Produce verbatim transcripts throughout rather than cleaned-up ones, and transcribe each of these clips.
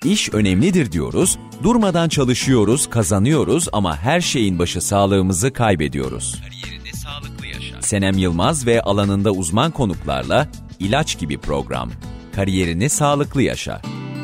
İş önemlidir diyoruz, durmadan çalışıyoruz, kazanıyoruz ama her şeyin başı sağlığımızı kaybediyoruz. Kariyerini sağlıklı yaşa. Senem Yılmaz ve alanında uzman konuklarla İlaç Gibi program. Kariyerini sağlıklı yaşa.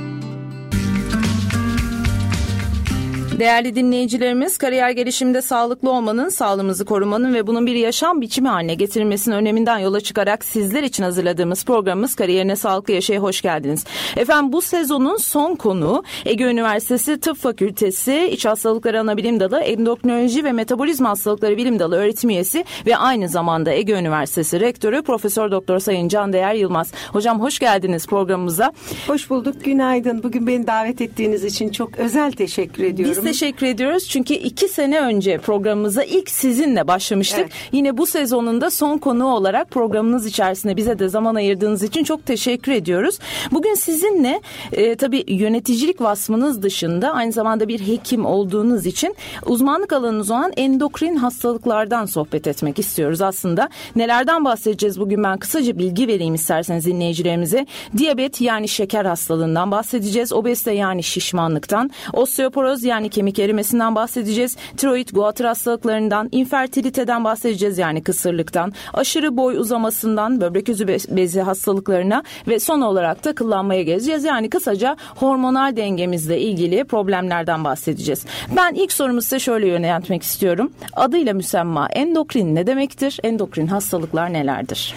Değerli dinleyicilerimiz, kariyer gelişiminde sağlıklı olmanın, sağlığımızı korumanın ve bunun bir yaşam biçimi haline getirilmesinin öneminden yola çıkarak sizler için hazırladığımız programımız Kariyerine Sağlıklı Yaşa'ya hoş geldiniz. Efendim, bu sezonun son konuğu Ege Üniversitesi Tıp Fakültesi İç Hastalıkları Anabilim Dalı, Endokrinoloji ve Metabolizma Hastalıkları Bilim Dalı öğretim üyesi ve aynı zamanda Ege Üniversitesi Rektörü Profesör Doktor Sayın Candeğer Yılmaz. Hocam hoş geldiniz programımıza. Hoş bulduk, günaydın. Bugün beni davet ettiğiniz için çok özel teşekkür ediyorum. Biz teşekkür ediyoruz çünkü iki sene önce programımıza ilk sizinle başlamıştık. Evet. Yine bu sezonun da son konuğu olarak programınız içerisinde bize de zaman ayırdığınız için çok teşekkür ediyoruz. Bugün sizinle e, tabii yöneticilik vasfınız dışında aynı zamanda bir hekim olduğunuz için uzmanlık alanınız olan endokrin hastalıklardan sohbet etmek istiyoruz aslında. Nelerden bahsedeceğiz bugün, ben kısaca bilgi vereyim isterseniz dinleyicilerimize. Diyabet yani şeker hastalığından bahsedeceğiz. Obezite yani şişmanlıktan, osteoporoz yani kemik erimesinden bahsedeceğiz. Tiroid, guatr hastalıklarından, infertiliteden bahsedeceğiz yani kısırlıktan, aşırı boy uzamasından, böbrek özü bezi hastalıklarına ve son olarak da kıllanmaya geleceğiz. Yani kısaca hormonal dengemizle ilgili problemlerden bahsedeceğiz. Ben ilk sorumu size şöyle yöneltmek istiyorum. Adıyla müsemma endokrin ne demektir? Endokrin hastalıklar nelerdir?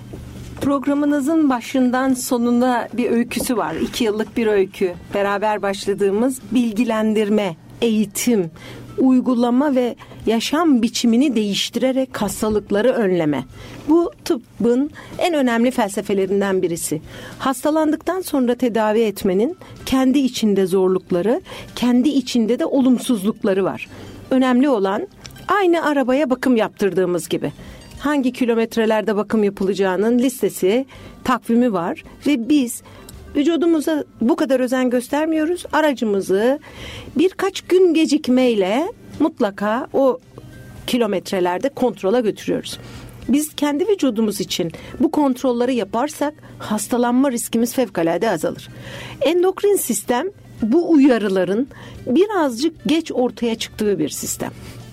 Programınızın başından sonuna bir öyküsü var. İki yıllık bir öykü. Beraber başladığımız bilgilendirme, eğitim, uygulama ve yaşam biçimini değiştirerek hastalıkları önleme. Bu tıbbın en önemli felsefelerinden birisi. Hastalandıktan sonra tedavi etmenin kendi içinde zorlukları, kendi içinde de olumsuzlukları var. Önemli olan aynı arabaya bakım yaptırdığımız gibi. Hangi kilometrelerde bakım yapılacağının listesi, takvimi var ve biz vücudumuza bu kadar özen göstermiyoruz. Aracımızı birkaç gün gecikmeyle mutlaka o kilometrelerde kontrola götürüyoruz. Biz kendi vücudumuz için bu kontrolleri yaparsak hastalanma riskimiz fevkalade azalır. Endokrin sistem bu uyarıların birazcık geç ortaya çıktığı bir sistem.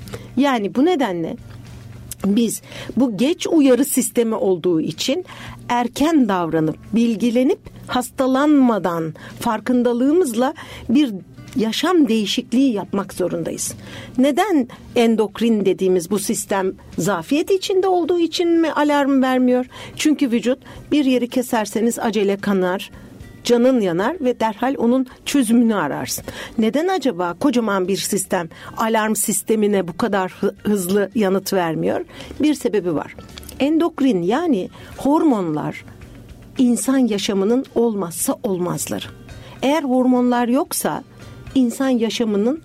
Yani bu nedenle biz bu geç uyarı sistemi olduğu için erken davranıp, bilgilenip hastalanmadan farkındalığımızla bir yaşam değişikliği yapmak zorundayız. Neden endokrin dediğimiz bu sistem zafiyet içinde olduğu için mi alarm vermiyor? Çünkü vücut bir yeri keserseniz acele kanar, canın yanar ve derhal onun çözümünü ararsın. Neden acaba kocaman bir sistem alarm sistemine bu kadar hızlı yanıt vermiyor? Bir sebebi var. Endokrin yani hormonlar insan yaşamının olmazsa olmazları. Eğer hormonlar yoksa insan yaşamının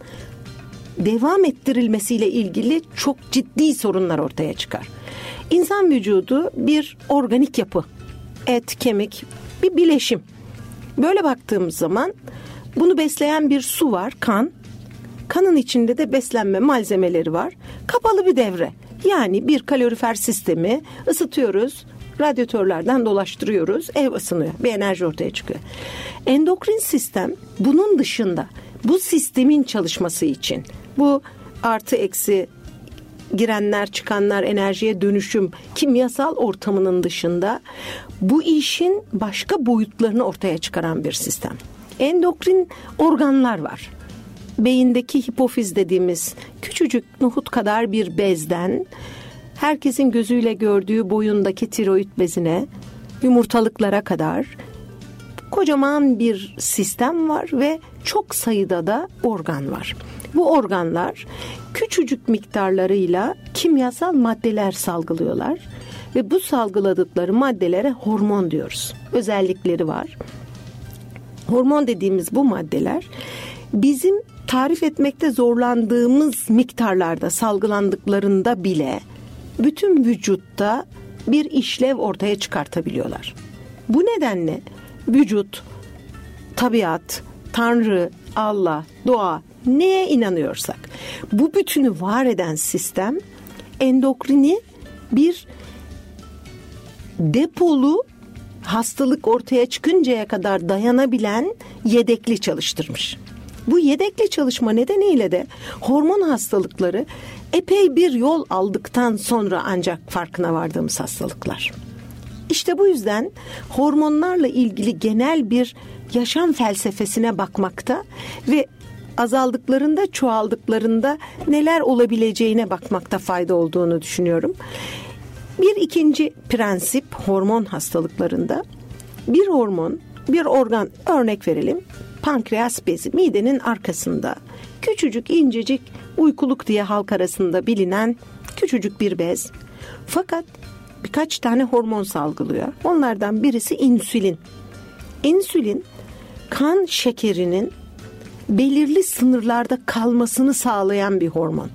devam ettirilmesiyle ilgili çok ciddi sorunlar ortaya çıkar. İnsan vücudu bir organik yapı. Et, kemik, bir bileşim. Böyle baktığımız zaman bunu besleyen bir su var, kan. Kanın içinde de beslenme malzemeleri var. Kapalı bir devre. Yani bir kalorifer sistemi, ısıtıyoruz, radyatörlerden dolaştırıyoruz, ev ısınıyor, bir enerji ortaya çıkıyor. Endokrin sistem bunun dışında bu sistemin çalışması için, bu artı eksi girenler çıkanlar, enerjiye dönüşüm, kimyasal ortamının dışında bu işin başka boyutlarını ortaya çıkaran bir sistem. Endokrin organlar var. Beyindeki hipofiz dediğimiz küçücük nohut kadar bir bezden herkesin gözüyle gördüğü boyundaki tiroid bezine, yumurtalıklara kadar kocaman bir sistem var ve çok sayıda da organ var. Bu organlar küçücük miktarlarıyla kimyasal maddeler salgılıyorlar ve bu salgıladıkları maddelere hormon diyoruz. Özellikleri var. Hormon dediğimiz bu maddeler bizim tarif etmekte zorlandığımız miktarlarda salgılandıklarında bile bütün vücutta bir işlev ortaya çıkartabiliyorlar. Bu nedenle vücut, tabiat, Tanrı, Allah, doğa neye inanıyorsak bu bütünü var eden sistem endokrini bir depolu hastalık ortaya çıkıncaya kadar dayanabilen yedekli çalıştırmış. Bu yedekli çalışma nedeniyle de hormon hastalıkları epey bir yol aldıktan sonra ancak farkına vardığımız hastalıklar. İşte bu yüzden hormonlarla ilgili genel bir yaşam felsefesine bakmakta ve azaldıklarında, çoğaldıklarında neler olabileceğine bakmakta fayda olduğunu düşünüyorum. Bir ikinci prensip hormon hastalıklarında, bir hormon, bir organ, örnek verelim, pankreas bezi, midenin arkasında küçücük, incecik, uykuluk diye halk arasında bilinen küçücük bir bez. Fakat birkaç tane hormon salgılıyor. Onlardan birisi insülin. İnsülin kan şekerinin belirli sınırlarda kalmasını sağlayan bir hormon.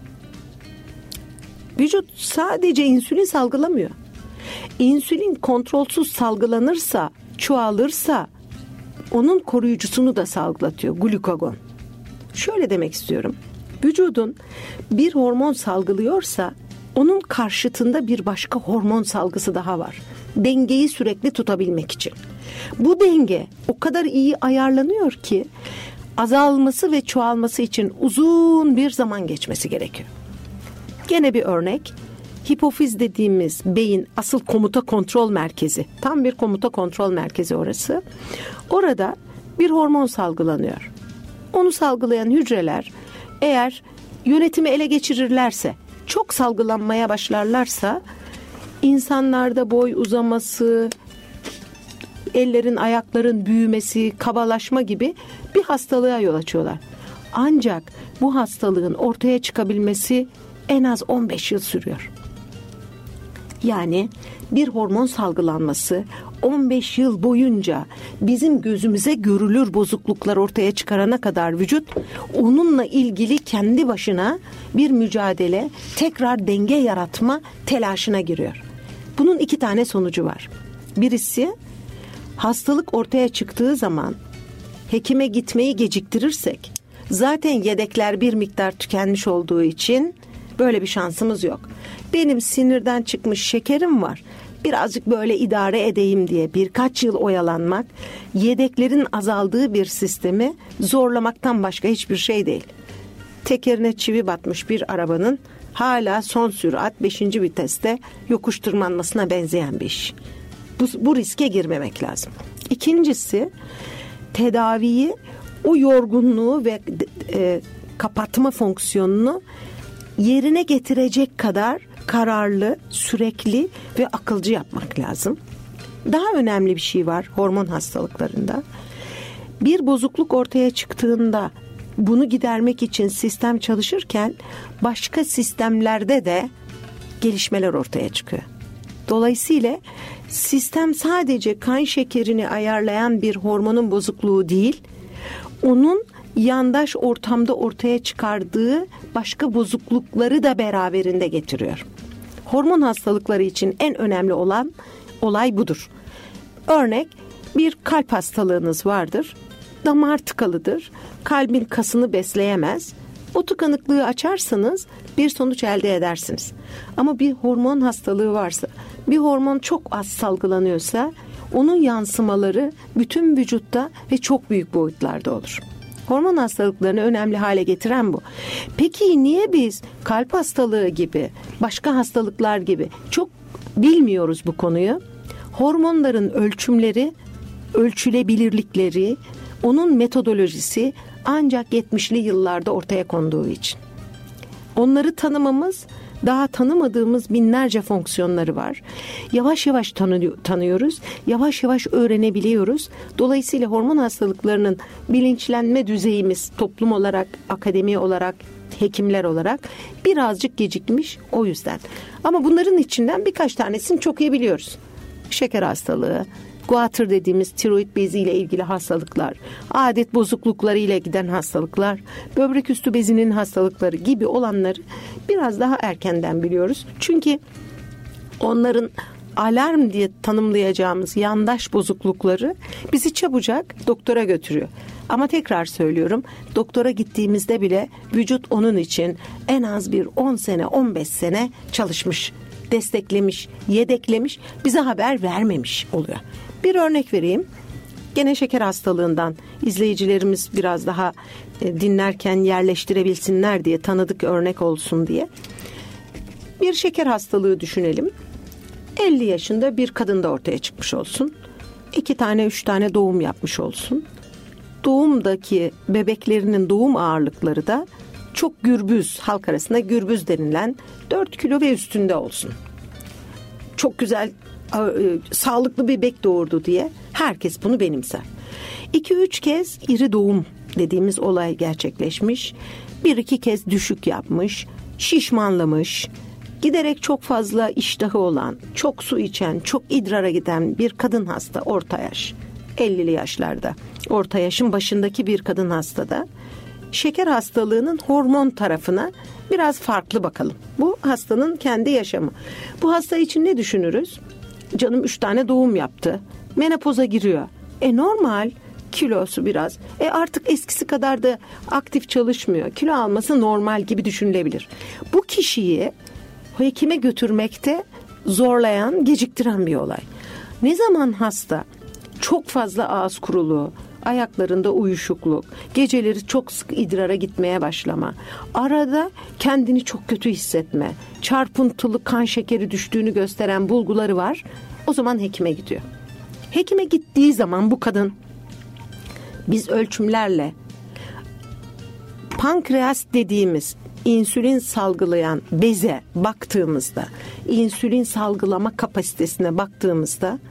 Vücut sadece insülin salgılamıyor. İnsülin kontrolsüz salgılanırsa, çoğalırsa onun koruyucusunu da salgılatıyor, glukagon. Şöyle demek istiyorum. Vücudun bir hormon salgılıyorsa onun karşıtında bir başka hormon salgısı daha var. Dengeyi sürekli tutabilmek için. Bu denge o kadar iyi ayarlanıyor ki azalması ve çoğalması için uzun bir zaman geçmesi gerekiyor. Gene bir örnek. Hipofiz dediğimiz beyin asıl komuta kontrol merkezi. Tam bir komuta kontrol merkezi orası. Orada bir hormon salgılanıyor. Onu salgılayan hücreler eğer yönetimi ele geçirirlerse, çok salgılanmaya başlarlarsa insanlarda boy uzaması, ellerin ayakların büyümesi, kabalaşma gibi bir hastalığa yol açıyorlar. Ancak bu hastalığın ortaya çıkabilmesi en az on beş yıl sürüyor. Yani bir hormon salgılanması on beş yıl boyunca bizim gözümüze görülür bozukluklar ortaya çıkarana kadar vücut onunla ilgili kendi başına bir mücadele, tekrar denge yaratma telaşına giriyor. Bunun iki tane sonucu var. Birisi, hastalık ortaya çıktığı zaman hekime gitmeyi geciktirirsek, zaten yedekler bir miktar tükenmiş olduğu için böyle bir şansımız yok. Benim sinirden çıkmış şekerim var, birazcık böyle idare edeyim diye birkaç yıl oyalanmak, yedeklerin azaldığı bir sistemi zorlamaktan başka hiçbir şey değil. Tekerine çivi batmış bir arabanın hala son sürat beşinci viteste yokuş tırmanmasına benzeyen bir iş. Bu, bu riske girmemek lazım. İkincisi, tedaviyi o yorgunluğu ve e, kapatma fonksiyonunu yerine getirecek kadar kararlı, sürekli ve akılcı yapmak lazım. Daha önemli bir şey var hormon hastalıklarında. Bir bozukluk ortaya çıktığında bunu gidermek için sistem çalışırken başka sistemlerde de gelişmeler ortaya çıkıyor. Dolayısıyla sistem sadece kan şekerini ayarlayan bir hormonun bozukluğu değil, onun yandaş ortamda ortaya çıkardığı başka bozuklukları da beraberinde getiriyor. Hormon hastalıkları için en önemli olan olay budur. Örnek, bir kalp hastalığınız vardır. Damar tıkalıdır. Kalbin kasını besleyemez. O tıkanıklığı açarsanız bir sonuç elde edersiniz. Ama bir hormon hastalığı varsa, bir hormon çok az salgılanıyorsa onun yansımaları bütün vücutta ve çok büyük boyutlarda olur. Hormon hastalıklarını önemli hale getiren bu. Peki niye biz kalp hastalığı gibi, başka hastalıklar gibi çok bilmiyoruz bu konuyu? Hormonların ölçümleri, ölçülebilirlikleri, onun metodolojisi ancak yetmişli yıllarda ortaya konduğu için. Onları tanımamız, daha tanımadığımız binlerce fonksiyonları var. Yavaş yavaş tanı- tanıyoruz, yavaş yavaş öğrenebiliyoruz. Dolayısıyla hormon hastalıklarının bilinçlenme düzeyimiz toplum olarak, akademi olarak, hekimler olarak birazcık gecikmiş o yüzden. Ama bunların içinden birkaç tanesini çok iyi biliyoruz. Şeker hastalığı, guatr dediğimiz tiroid beziyle ilgili hastalıklar, adet bozuklukları ile giden hastalıklar, böbrek üstü bezinin hastalıkları gibi olanları biraz daha erkenden biliyoruz. Çünkü onların alarm diye tanımlayacağımız yandaş bozuklukları bizi çabucak doktora götürüyor. Ama tekrar söylüyorum, doktora gittiğimizde bile vücut onun için en az bir on sene, on beş sene çalışmış, desteklemiş, yedeklemiş, bize haber vermemiş oluyor. Bir örnek vereyim. Gene şeker hastalığından izleyicilerimiz biraz daha e, dinlerken yerleştirebilsinler diye, tanıdık örnek olsun diye. Bir şeker hastalığı düşünelim. elli yaşında bir kadın da ortaya çıkmış olsun. İki tane, üç tane doğum yapmış olsun. Doğumdaki bebeklerinin doğum ağırlıkları da çok gürbüz, halk arasında gürbüz denilen dört kilo ve üstünde olsun. Çok güzel, e, sağlıklı bir bebek doğurdu diye herkes bunu benimser. iki üç kez iri doğum dediğimiz olay gerçekleşmiş. Bir iki kez düşük yapmış, şişmanlamış, giderek çok fazla iştahı olan, çok su içen, çok idrara giden bir kadın hasta, orta yaş, ellili yaşlarda, orta yaşın başındaki bir kadın hastada şeker hastalığının hormon tarafına biraz farklı bakalım. Bu hastanın kendi yaşamı. Bu hasta için ne düşünürüz? Canım üç tane doğum yaptı, menopoza giriyor. E normal, kilosu biraz. E artık eskisi kadar da aktif çalışmıyor. Kilo alması normal gibi düşünülebilir. Bu kişiyi hekime götürmekte zorlayan, geciktiren bir olay. Ne zaman hasta çok fazla ağız kuruluğu, ayaklarında uyuşukluk, geceleri çok sık idrara gitmeye başlama, arada kendini çok kötü hissetme, çarpıntılı kan şekeri düştüğünü gösteren bulguları var, o zaman hekime gidiyor. Hekime gittiği zaman bu kadın, biz ölçümlerle pankreas dediğimiz insülin salgılayan beze baktığımızda, insülin salgılama kapasitesine baktığımızda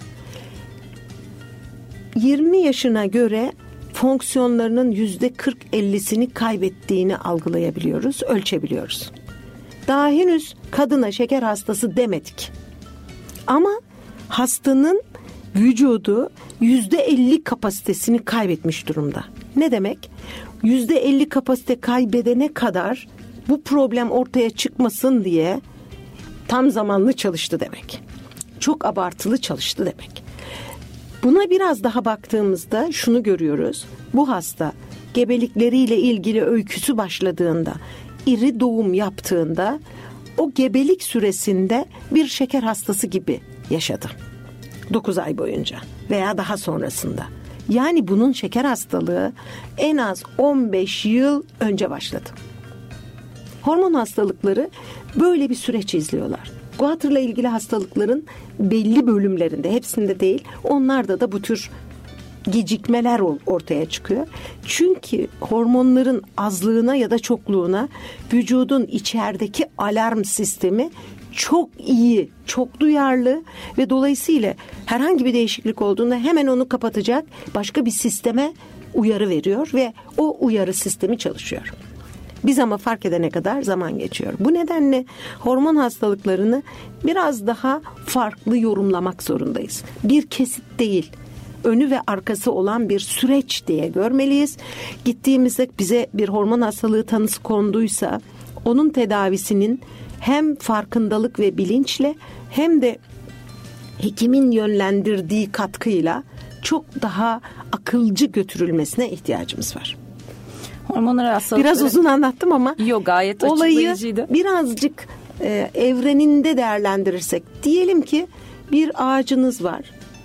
yirmi yaşına göre fonksiyonlarının yüzde kırk ellisini kaybettiğini algılayabiliyoruz, ölçebiliyoruz. Daha henüz kadına şeker hastası demedik. Ama hastanın vücudu yüzde elli kapasitesini kaybetmiş durumda. Ne demek? yüzde elli kapasite kaybedene kadar bu problem ortaya çıkmasın diye tam zamanlı çalıştı demek. Çok abartılı çalıştı demek. Buna biraz daha baktığımızda şunu görüyoruz. Bu hasta gebelikleriyle ilgili öyküsü başladığında, iri doğum yaptığında o gebelik süresinde bir şeker hastası gibi yaşadı. dokuz ay boyunca veya daha sonrasında. Yani bunun şeker hastalığı en az on beş yıl önce başladı. Hormon hastalıkları böyle bir süreç izliyorlar. Guatr'la ilgili hastalıkların belli bölümlerinde, hepsinde değil, onlarda da bu tür gecikmeler ortaya çıkıyor. Çünkü hormonların azlığına ya da çokluğuna vücudun içerideki alarm sistemi çok iyi, çok duyarlı ve dolayısıyla herhangi bir değişiklik olduğunda hemen onu kapatacak başka bir sisteme uyarı veriyor ve o uyarı sistemi çalışıyor. Biz ama fark edene kadar zaman geçiyor. Bu nedenle hormon hastalıklarını biraz daha farklı yorumlamak zorundayız. Bir kesit değil, önü ve arkası olan bir süreç diye görmeliyiz. Gittiğimizde bize bir hormon hastalığı tanısı konduysa onun tedavisinin hem farkındalık ve bilinçle hem de hekimin yönlendirdiği katkıyla çok daha akılcı götürülmesine ihtiyacımız var. Hormonal hastalıkları. Biraz uzun anlattım ama Yok, gayet açıklayıcıydı. Olayı birazcık e, evreninde değerlendirirsek, diyelim ki bir ağacınız var.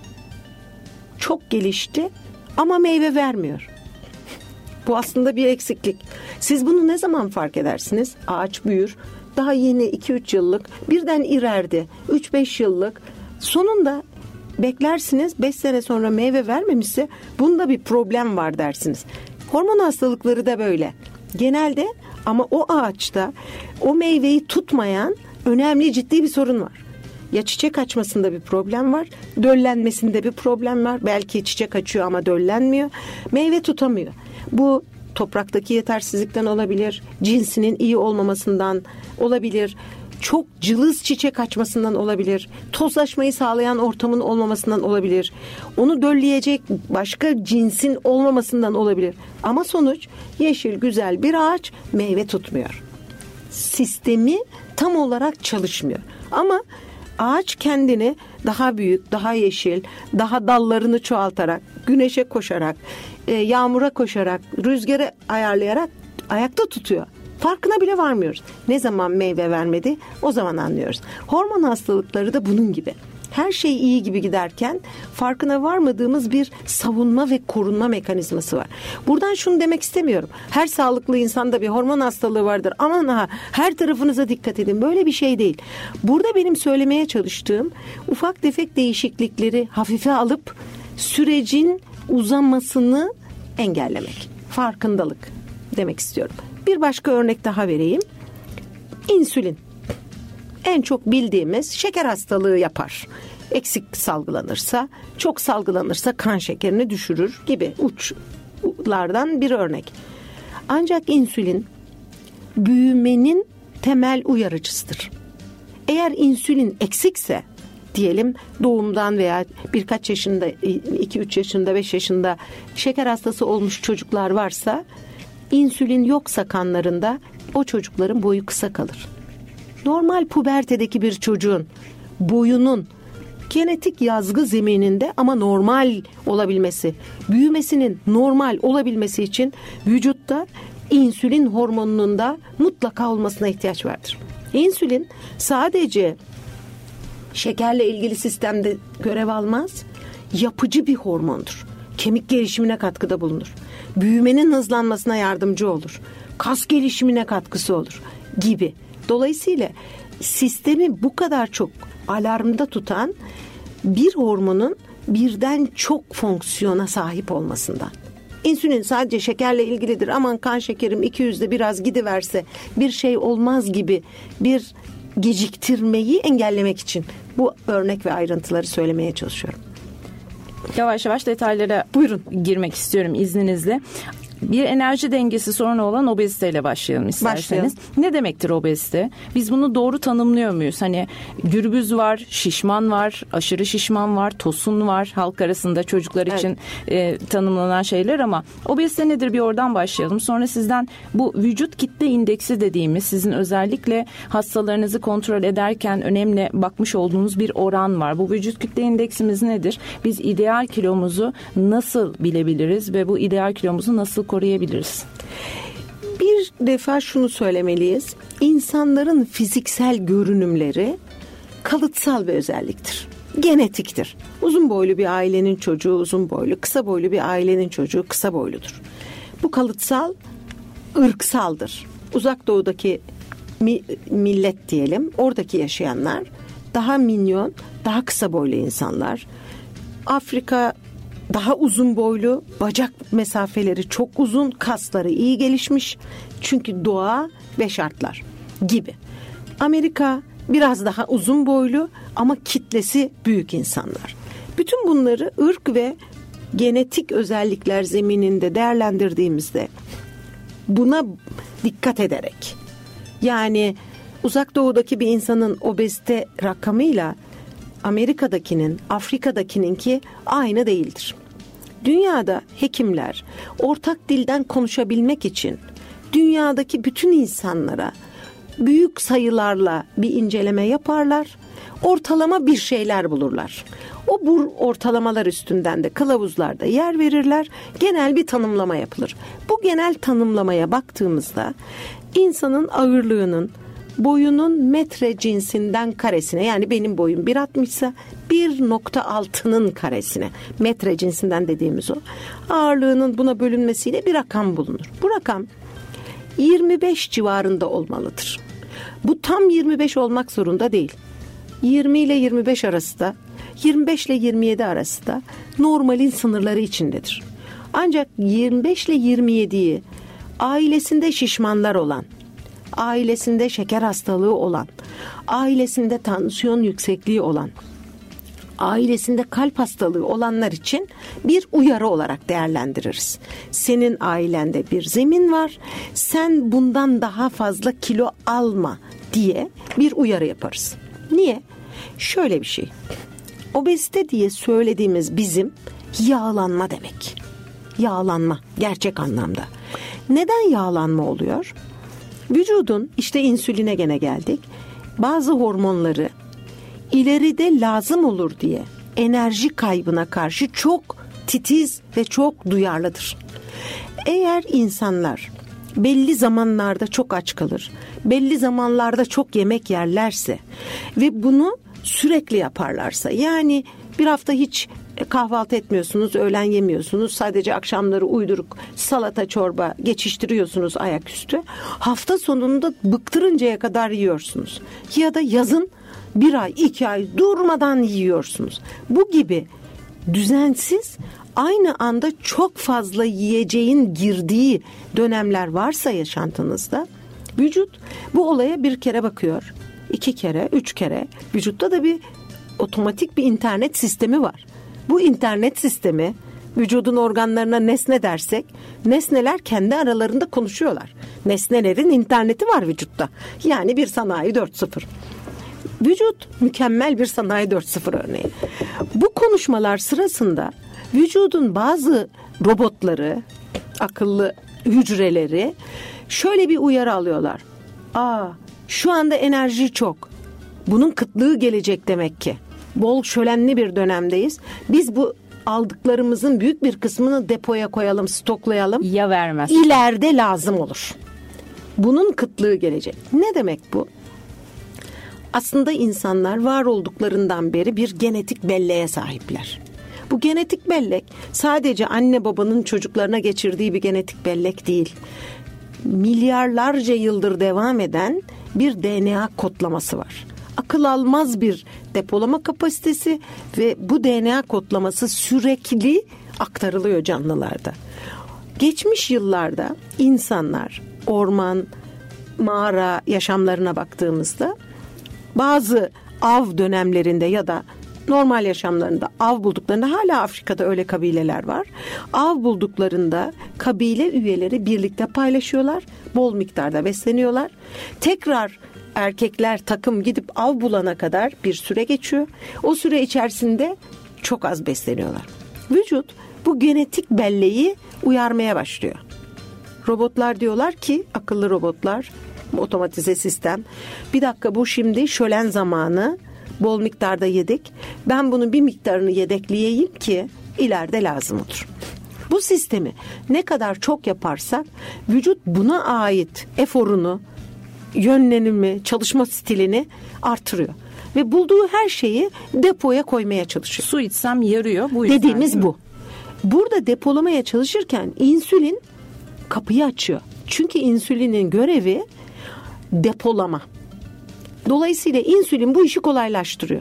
Çok gelişti ama meyve vermiyor. Bu aslında bir eksiklik. Siz bunu ne zaman fark edersiniz? Ağaç büyür. Daha yeni iki üç yıllık, birden irerdi. üç beş yıllık. Sonunda beklersiniz, beş sene sonra meyve vermemişse bunda bir problem var dersiniz. Hormon hastalıkları da böyle. Genelde ama o ağaçta o meyveyi tutmayan önemli, ciddi bir sorun var. Ya çiçek açmasında bir problem var, döllenmesinde bir problem var. Belki çiçek açıyor ama döllenmiyor. Meyve tutamıyor. Bu topraktaki yetersizlikten olabilir, cinsinin iyi olmamasından olabilir, çok cılız çiçek açmasından olabilir, tozlaşmayı sağlayan ortamın olmamasından olabilir, onu dölleyecek başka cinsin olmamasından olabilir. Ama sonuç yeşil güzel bir ağaç meyve tutmuyor. Sistemi tam olarak çalışmıyor. Ama ağaç kendini daha büyük, daha yeşil, daha dallarını çoğaltarak, güneşe koşarak, yağmura koşarak, rüzgarı ayarlayarak ayakta tutuyor. Farkına bile varmıyoruz. Ne zaman meyve vermedi, o zaman anlıyoruz. Hormon hastalıkları da bunun gibi. her şey iyi gibi giderken farkına varmadığımız bir savunma ve korunma mekanizması var. Buradan şunu demek istemiyorum. Her sağlıklı insanda bir hormon hastalığı vardır. Aman ha, her tarafınıza dikkat edin. Böyle bir şey değil. Burada benim söylemeye çalıştığım ufak tefek değişiklikleri hafife alıp sürecin uzamasını engellemek. Farkındalık demek istiyorum. Bir başka örnek daha vereyim. İnsülin. En çok bildiğimiz şeker hastalığı yapar. Eksik salgılanırsa, çok salgılanırsa kan şekerini düşürür gibi uçlardan bir örnek. Ancak insülin büyümenin temel uyarıcısıdır. Eğer insülin eksikse, diyelim doğumdan veya birkaç yaşında, iki üç yaşında, beş yaşında şeker hastası olmuş çocuklar varsa, insülin yoksa kanlarında o çocukların boyu kısa kalır. Normal pubertedeki bir çocuğun boyunun genetik yazgı zemininde ama normal olabilmesi, büyümesinin normal olabilmesi için vücutta insülin hormonunun da mutlaka olmasına ihtiyaç vardır. İnsülin sadece şekerle ilgili sistemde görev almaz, yapıcı bir hormondur. Kemik gelişimine katkıda bulunur. Büyümenin hızlanmasına yardımcı olur. Kas gelişimine katkısı olur gibi. Dolayısıyla sistemi bu kadar çok alarmda tutan bir hormonun birden çok fonksiyona sahip olmasından. İnsülin sadece şekerle ilgilidir. Aman kan şekerim iki yüzde biraz gidiverse bir şey olmaz gibi bir geciktirmeyi engellemek için bu örnek ve ayrıntıları söylemeye çalışıyorum. Yavaş yavaş detaylara buyurun girmek istiyorum izninizle. Bir enerji dengesi sorunu olan obeziteyle başlayalım isterseniz. Başlayalım. Ne demektir obezite? Biz bunu doğru tanımlıyor muyuz? Hani gürbüz var, şişman var, aşırı şişman var, tosun var. Halk arasında çocuklar evet. için e, tanımlanan şeyler ama obezite nedir bir oradan başlayalım. Sonra sizden bu vücut kitle indeksi dediğimiz sizin özellikle hastalarınızı kontrol ederken önemli bakmış olduğunuz bir oran var. Bu vücut kitle indeksimiz nedir? Biz ideal kilomuzu nasıl bilebiliriz ve bu ideal kilomuzu nasıl koruyabiliriz? Bir defa şunu söylemeliyiz. İnsanların fiziksel görünümleri kalıtsal bir özelliktir. Genetiktir. Uzun boylu bir ailenin çocuğu uzun boylu, kısa boylu bir ailenin çocuğu kısa boyludur. Bu kalıtsal, ırksaldır. Uzak doğudaki mi, millet diyelim, oradaki yaşayanlar daha minyon, daha kısa boylu insanlar. Afrika daha uzun boylu, bacak mesafeleri çok uzun, kasları iyi gelişmiş. Çünkü doğa ve şartlar gibi. Amerika biraz daha uzun boylu ama kitlesi büyük insanlar. Bütün bunları ırk ve genetik özellikler zemininde değerlendirdiğimizde buna dikkat ederek, yani uzak doğudaki bir insanın obezite rakamıyla Amerika'dakinin, Afrika'dakininki aynı değildir. Dünyada hekimler ortak dilden konuşabilmek için dünyadaki bütün insanlara büyük sayılarla bir inceleme yaparlar, ortalama bir şeyler bulurlar. O bu ortalamalar üstünden de kılavuzlarda yer verirler, genel bir tanımlama yapılır. Bu genel tanımlamaya baktığımızda insanın ağırlığının, boyunun metre cinsinden karesine, yani benim boyum bir altmış ise bir nokta altının karesine, metre cinsinden dediğimiz o, ağırlığının buna bölünmesiyle bir rakam bulunur. Bu rakam yirmi beş civarında olmalıdır. Bu tam yirmi beş olmak zorunda değil. yirmi ile yirmi beş arası da, yirmi beş ile yirmi yedi arası da normalin sınırları içindedir. Ancak yirmi beş ile yirmi yediyi ailesinde şişmanlar olan, ailesinde şeker hastalığı olan, ailesinde tansiyon yüksekliği olan, ailesinde kalp hastalığı olanlar için bir uyarı olarak değerlendiririz. Senin ailende bir zemin var, sen bundan daha fazla kilo alma diye bir uyarı yaparız. Niye? Şöyle bir şey. Obezite diye söylediğimiz bizim yağlanma demek. Yağlanma gerçek anlamda. Neden yağlanma oluyor? Vücudun, işte insüline gene geldik, bazı hormonları ileride lazım olur diye enerji kaybına karşı çok titiz ve çok duyarlıdır. Eğer insanlar belli zamanlarda çok aç kalır, belli zamanlarda çok yemek yerlerse ve bunu sürekli yaparlarsa, yani bir hafta hiç kahvaltı etmiyorsunuz, öğlen yemiyorsunuz, sadece akşamları uyduruk salata çorba geçiştiriyorsunuz ayaküstü, hafta sonunda bıktırıncaya kadar yiyorsunuz ya da yazın bir ay iki ay durmadan yiyorsunuz. Bu gibi düzensiz, aynı anda çok fazla yiyeceğin girdiği dönemler varsa yaşantınızda, vücut bu olaya bir kere bakıyor, iki kere, üç kere. Vücutta da bir otomatik bir internet sistemi var. Bu internet sistemi, vücudun organlarına nesne dersek, nesneler kendi aralarında konuşuyorlar. Nesnelerin interneti var vücutta. Yani bir sanayi dört nokta sıfır. Vücut mükemmel bir sanayi dört nokta sıfır örneği. Bu konuşmalar sırasında vücudun bazı robotları, akıllı hücreleri şöyle bir uyarı alıyorlar. Aa, şu anda enerji çok. Bunun kıtlığı gelecek demek ki. Bol şölenli bir dönemdeyiz. Biz bu aldıklarımızın büyük bir kısmını depoya koyalım, stoklayalım. Ya vermez. İleride lazım olur. Bunun kıtlığı gelecek. Ne demek bu? Aslında insanlar var olduklarından beri bir genetik belleğe sahipler. Bu genetik bellek sadece anne babanın çocuklarına geçirdiği bir genetik bellek değil. Milyarlarca yıldır devam eden bir D N A kodlaması var. Akıl almaz bir depolama kapasitesi ve bu D N A kodlaması sürekli aktarılıyor canlılarda. Geçmiş yıllarda insanlar orman, mağara yaşamlarına baktığımızda bazı av dönemlerinde ya da normal yaşamlarında av bulduklarında, hala Afrika'da öyle kabileler var. Av bulduklarında kabile üyeleri birlikte paylaşıyorlar. Bol miktarda besleniyorlar. Tekrar erkekler takım gidip av bulana kadar bir süre geçiyor. O süre içerisinde çok az besleniyorlar. Vücut bu genetik belleği uyarmaya başlıyor. Robotlar diyorlar ki, akıllı robotlar, otomatize sistem, bir dakika bu şimdi şölen zamanı, bol miktarda yedik. Ben bunun bir miktarını yedekleyeyim ki ileride lazım olur. Bu sistemi ne kadar çok yaparsak vücut buna ait eforunu, yönlenimi, çalışma stilini artırıyor. Ve bulduğu her şeyi depoya koymaya çalışıyor. Su içsem yarıyor. Bu yüzden, dediğimiz bu. Burada depolamaya çalışırken insülin kapıyı açıyor. Çünkü insülinin görevi depolama. Dolayısıyla insülin bu işi kolaylaştırıyor.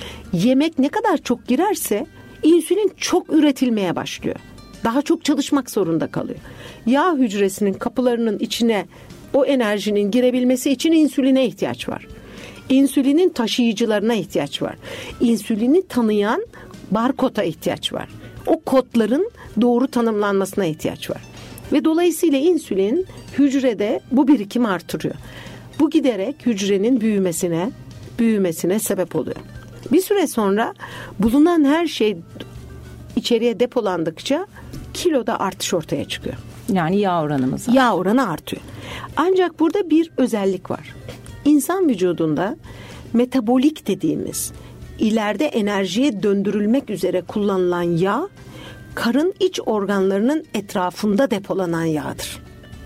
Yemek ne kadar çok girerse insülin çok üretilmeye başlıyor. Daha çok çalışmak zorunda kalıyor. Yağ hücresinin kapılarının içine o enerjinin girebilmesi için insüline ihtiyaç var. İnsülinin taşıyıcılarına ihtiyaç var. İnsülini tanıyan barkoda ihtiyaç var. O kodların doğru tanımlanmasına ihtiyaç var. Ve dolayısıyla insülin hücrede bu birikimi artırıyor. Bu giderek hücrenin büyümesine, büyümesine sebep oluyor. Bir süre sonra bulunan her şey içeriye depolandıkça kiloda artış ortaya çıkıyor. Yani yağ oranımız artıyor. Yağ oranı artıyor. Ancak burada bir özellik var. İnsan vücudunda metabolik dediğimiz, ileride enerjiye döndürülmek üzere kullanılan yağ, karın iç organlarının etrafında depolanan yağdır.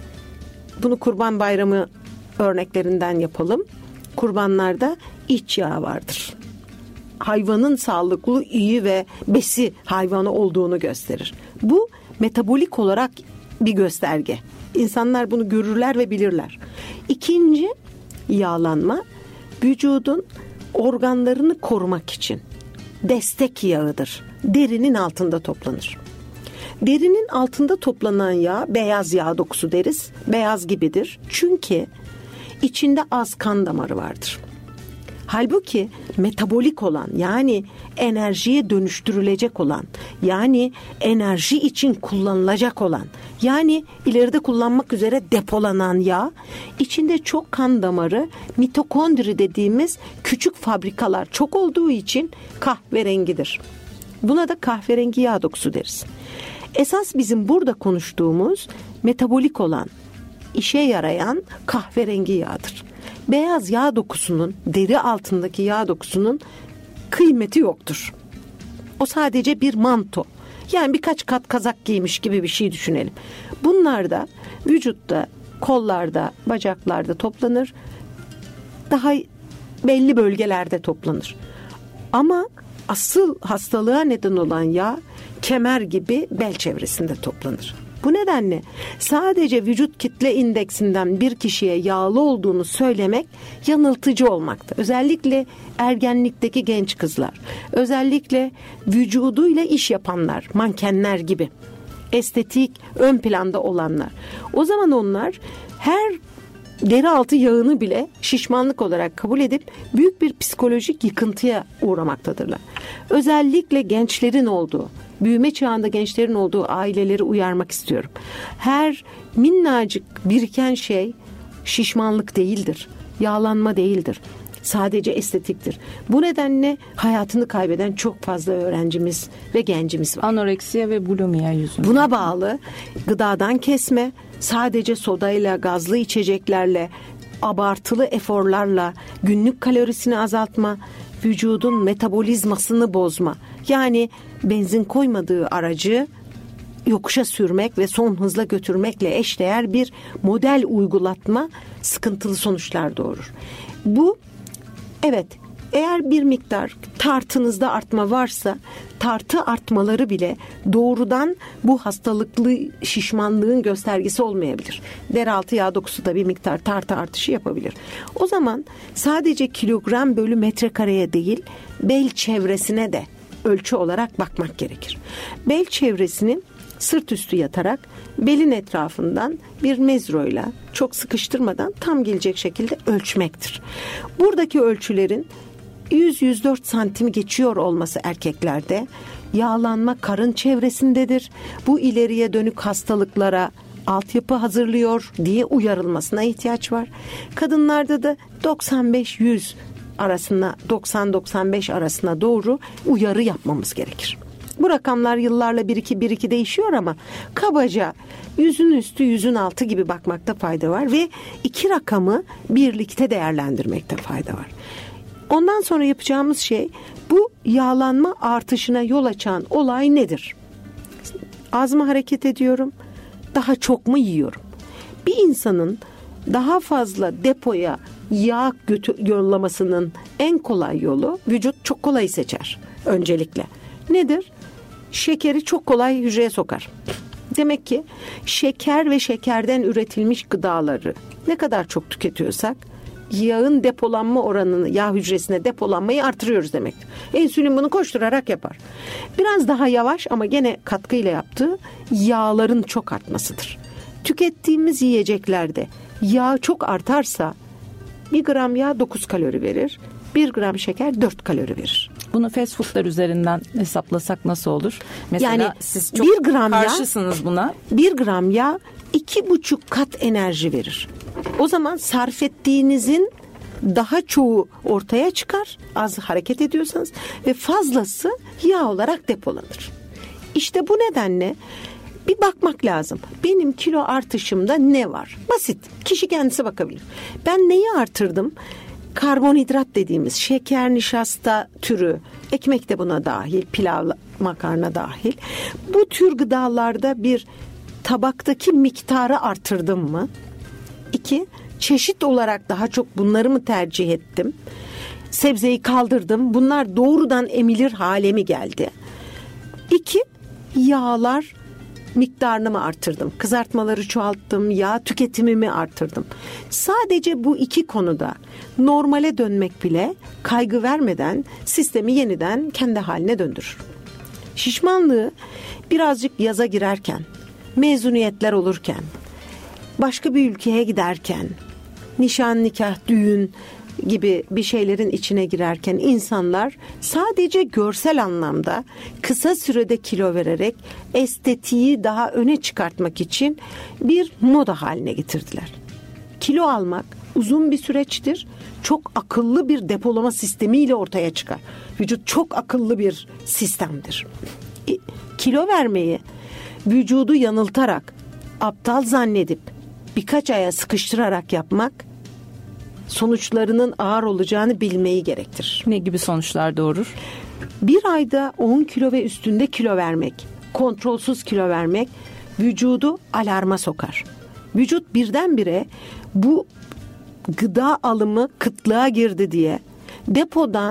Bunu Kurban Bayramı örneklerinden yapalım. Kurbanlarda iç yağ vardır. Hayvanın sağlıklı, iyi ve besi hayvanı olduğunu gösterir. Bu metabolik olarak bir gösterge. İnsanlar bunu görürler ve bilirler. İkinci, yağlanma vücudun organlarını korumak için destek yağıdır. Derinin altında toplanır. Derinin altında toplanan yağ beyaz yağ dokusu deriz. Beyaz gibidir. Çünkü içinde az kan damarı vardır. Halbuki metabolik olan, yani enerjiye dönüştürülecek olan, yani enerji için kullanılacak olan, yani ileride kullanmak üzere depolanan yağ, içinde çok kan damarı, mitokondri dediğimiz küçük fabrikalar çok olduğu için kahverengidir. Buna da kahverengi yağ dokusu deriz. Esas bizim burada konuştuğumuz metabolik olan, işe yarayan kahverengi yağdır. Beyaz yağ dokusunun, deri altındaki yağ dokusunun kıymeti yoktur. O sadece bir manto. Yani birkaç kat kazak giymiş gibi bir şey düşünelim. Bunlar da vücutta, kollarda, bacaklarda toplanır. Daha belli bölgelerde toplanır. Ama asıl hastalığa neden olan yağ kemer gibi bel çevresinde toplanır. Bu nedenle sadece vücut kitle indeksinden bir kişiye yağlı olduğunu söylemek yanıltıcı olmakta. Özellikle ergenlikteki genç kızlar, özellikle vücuduyla iş yapanlar, mankenler gibi, estetik ön planda olanlar. O zaman onlar her deri altı yağını bile şişmanlık olarak kabul edip büyük bir psikolojik yıkıntıya uğramaktadırlar. Özellikle gençlerin olduğu, büyüme çağında gençlerin olduğu aileleri uyarmak istiyorum. Her minnacık biriken şey şişmanlık değildir, yağlanma değildir. Sadece estetiktir. Bu nedenle hayatını kaybeden çok fazla öğrencimiz ve gencimiz var. Anoreksiya ve bulimia yüzünden. Buna bağlı gıdadan kesme, sadece sodayla, gazlı içeceklerle, abartılı eforlarla günlük kalorisini azaltma, vücudun metabolizmasını bozma. Yani benzin koymadığı aracı yokuşa sürmek ve son hızla götürmekle eşdeğer bir model uygulatma sıkıntılı sonuçlar doğurur. Bu, evet, eğer bir miktar tartınızda artma varsa tartı artmaları bile doğrudan bu hastalıklı şişmanlığın göstergesi olmayabilir. Deraltı yağ dokusu da bir miktar tartı artışı yapabilir. O zaman sadece kilogram bölü metrekareye değil, bel çevresine de ölçü olarak bakmak gerekir. Bel çevresini sırt üstü yatarak belin etrafından bir mezroyla çok sıkıştırmadan tam gelecek şekilde ölçmektir. Buradaki ölçülerin yüz yüz dört santimi geçiyor olması erkeklerde yağlanma karın çevresindedir. Bu ileriye dönük hastalıklara altyapı hazırlıyor diye uyarılmasına ihtiyaç var. Kadınlarda da doksan beş yüz arasına, doksan doksan beş arasına doğru uyarı yapmamız gerekir. Bu rakamlar yıllarla bir iki bir iki değişiyor ama kabaca yüzün üstü yüzün altı gibi bakmakta fayda var ve iki rakamı birlikte değerlendirmekte fayda var. Ondan sonra yapacağımız şey, bu yağlanma artışına yol açan olay nedir? Az mı hareket ediyorum? Daha çok mu yiyorum? Bir insanın daha fazla depoya yağ götü- yollamasının en kolay yolu, vücut çok kolay seçer öncelikle. Nedir? Şekeri çok kolay hücreye sokar. Demek ki şeker ve şekerden üretilmiş gıdaları ne kadar çok tüketiyorsak yağın depolanma oranını, yağ hücresine depolanmayı artırıyoruz demektir. İnsülin bunu koşturarak yapar. Biraz daha yavaş ama gene katkıyla yaptığı yağların çok artmasıdır. Tükettiğimiz yiyeceklerde yağ çok artarsa bir gram yağ dokuz kalori verir, bir gram şeker dört kalori verir. Bunu fast foodlar üzerinden hesaplasak nasıl olur? Mesela yani siz çok bir gram karşısınız yağ, buna. Bir gram yağ iki buçuk kat enerji verir. O zaman sarf ettiğinizin daha çoğu ortaya çıkar, az hareket ediyorsanız, ve fazlası yağ olarak depolanır. İşte bu nedenle bir bakmak lazım. Benim kilo artışımda ne var? Basit. Kişi kendisi bakabilir. Ben neyi artırdım? Karbonhidrat dediğimiz şeker, nişasta türü, ekmek de buna dahil, pilav, makarna dahil. Bu tür gıdalarda bir tabaktaki miktarı artırdım mı? İki, çeşit olarak daha çok bunları mı tercih ettim? Sebzeyi kaldırdım. Bunlar doğrudan emilir hale mi geldi? İki, yağlar miktarını mı artırdım? Kızartmaları çoğalttım, yağ tüketimimi artırdım. Sadece bu iki konuda normale dönmek bile kaygı vermeden sistemi yeniden kendi haline döndürür. Şişmanlığı birazcık yaza girerken, mezuniyetler olurken, başka bir ülkeye giderken, nişan, nikah, düğün gibi bir şeylerin içine girerken insanlar sadece görsel anlamda kısa sürede kilo vererek estetiği daha öne çıkartmak için bir moda haline getirdiler. Kilo almak uzun bir süreçtir. Çok akıllı bir depolama sistemiyle ortaya çıkar. Vücut çok akıllı bir sistemdir. E, kilo vermeyi vücudu yanıltarak, aptal zannedip birkaç aya sıkıştırarak yapmak sonuçlarının ağır olacağını bilmeyi gerektirir. Ne gibi sonuçlar doğurur? Bir ayda on kilo ve üstünde kilo vermek, kontrolsüz kilo vermek vücudu alarma sokar. Vücut birdenbire bu gıda alımı kıtlığa girdi diye depodan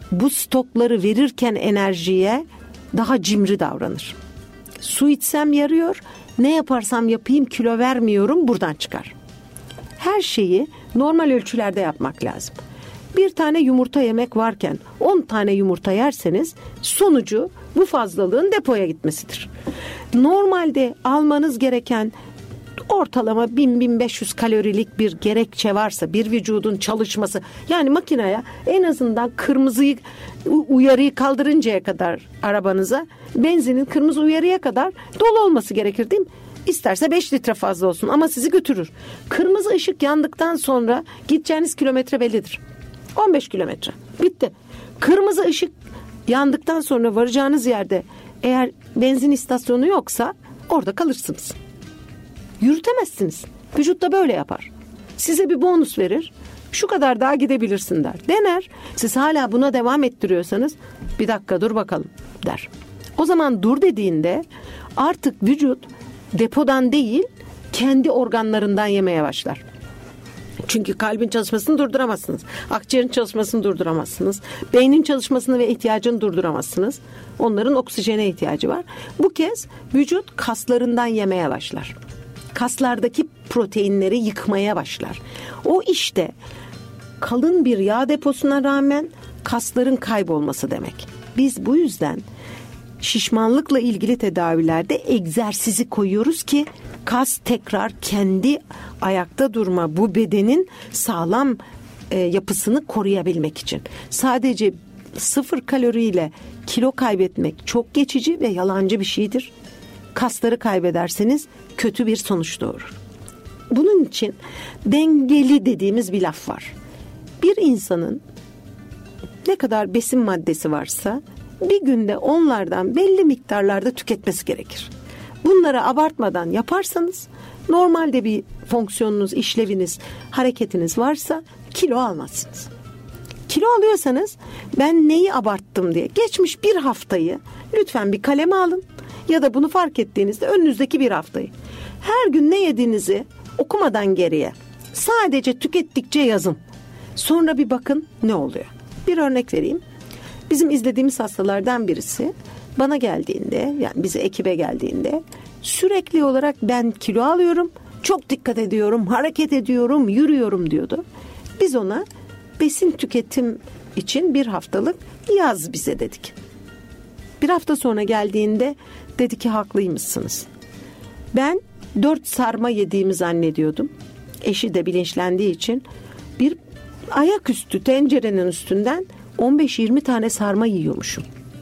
bu stokları verirken enerjiye daha cimri davranır. Su içsem yarıyor, ne yaparsam yapayım kilo vermiyorum, buradan çıkar. Her şeyi normal ölçülerde yapmak lazım. Bir tane yumurta yemek varken on tane yumurta yerseniz sonucu bu fazlalığın depoya gitmesidir. Normalde almanız gereken ortalama bin bin beş yüz kalorilik bir gerekçe varsa, bir vücudun çalışması, yani makineye en azından kırmızıyı uyarıyı kaldırıncaya kadar arabanıza, benzinin kırmızı uyarıya kadar dolu olması gerekir değil mi? İsterse beş litre fazla olsun ama sizi götürür. Kırmızı ışık yandıktan sonra gideceğiniz kilometre bellidir. on beş kilometre. Bitti. Kırmızı ışık yandıktan sonra varacağınız yerde eğer benzin istasyonu yoksa orada kalırsınız. Yürütemezsiniz. Vücut da böyle yapar. Size bir bonus verir. Şu kadar daha gidebilirsin der. Dener. Siz hala buna devam ettiriyorsanız bir dakika dur bakalım der. O zaman dur dediğinde artık vücut depodan değil kendi organlarından yemeye başlar. Çünkü kalbin çalışmasını durduramazsınız. Akciğerin çalışmasını durduramazsınız. Beynin çalışmasını ve ihtiyacını durduramazsınız. Onların oksijene ihtiyacı var. Bu kez vücut kaslarından yemeye başlar. Kaslardaki proteinleri yıkmaya başlar. O işte kalın bir yağ deposuna rağmen kasların kaybolması demek. Biz bu yüzden şişmanlıkla ilgili tedavilerde egzersizi koyuyoruz ki kas tekrar kendi ayakta durma, bu bedenin sağlam e, yapısını koruyabilmek için. Sadece sıfır kaloriyle kilo kaybetmek çok geçici ve yalancı bir şeydir. Kasları kaybederseniz kötü bir sonuç doğurur. Bunun için dengeli dediğimiz bir laf var. Bir insanın ne kadar besin maddesi varsa bir günde onlardan belli miktarlarda tüketmesi gerekir. Bunları abartmadan yaparsanız normalde bir fonksiyonunuz, işleviniz, hareketiniz varsa kilo almazsınız. Kilo alıyorsanız ben neyi abarttım diye geçmiş bir haftayı lütfen bir kaleme alın ya da bunu fark ettiğinizde önünüzdeki bir haftayı. Her gün ne yediğinizi okumadan geriye sadece tükettikçe yazın. Sonra bir bakın ne oluyor. Bir örnek vereyim. Bizim izlediğimiz hastalardan birisi bana geldiğinde, yani bize ekibe geldiğinde sürekli olarak ben kilo alıyorum, çok dikkat ediyorum, hareket ediyorum, yürüyorum diyordu. Biz ona besin tüketim için bir haftalık yaz bize dedik. Bir hafta sonra geldiğinde dedi ki haklıymışsınız. Ben dört sarma yediğimi zannediyordum. Eşi de bilinçlendiği için bir ayaküstü tencerenin üstünden on beş yirmi tane sarma yiyormuşum.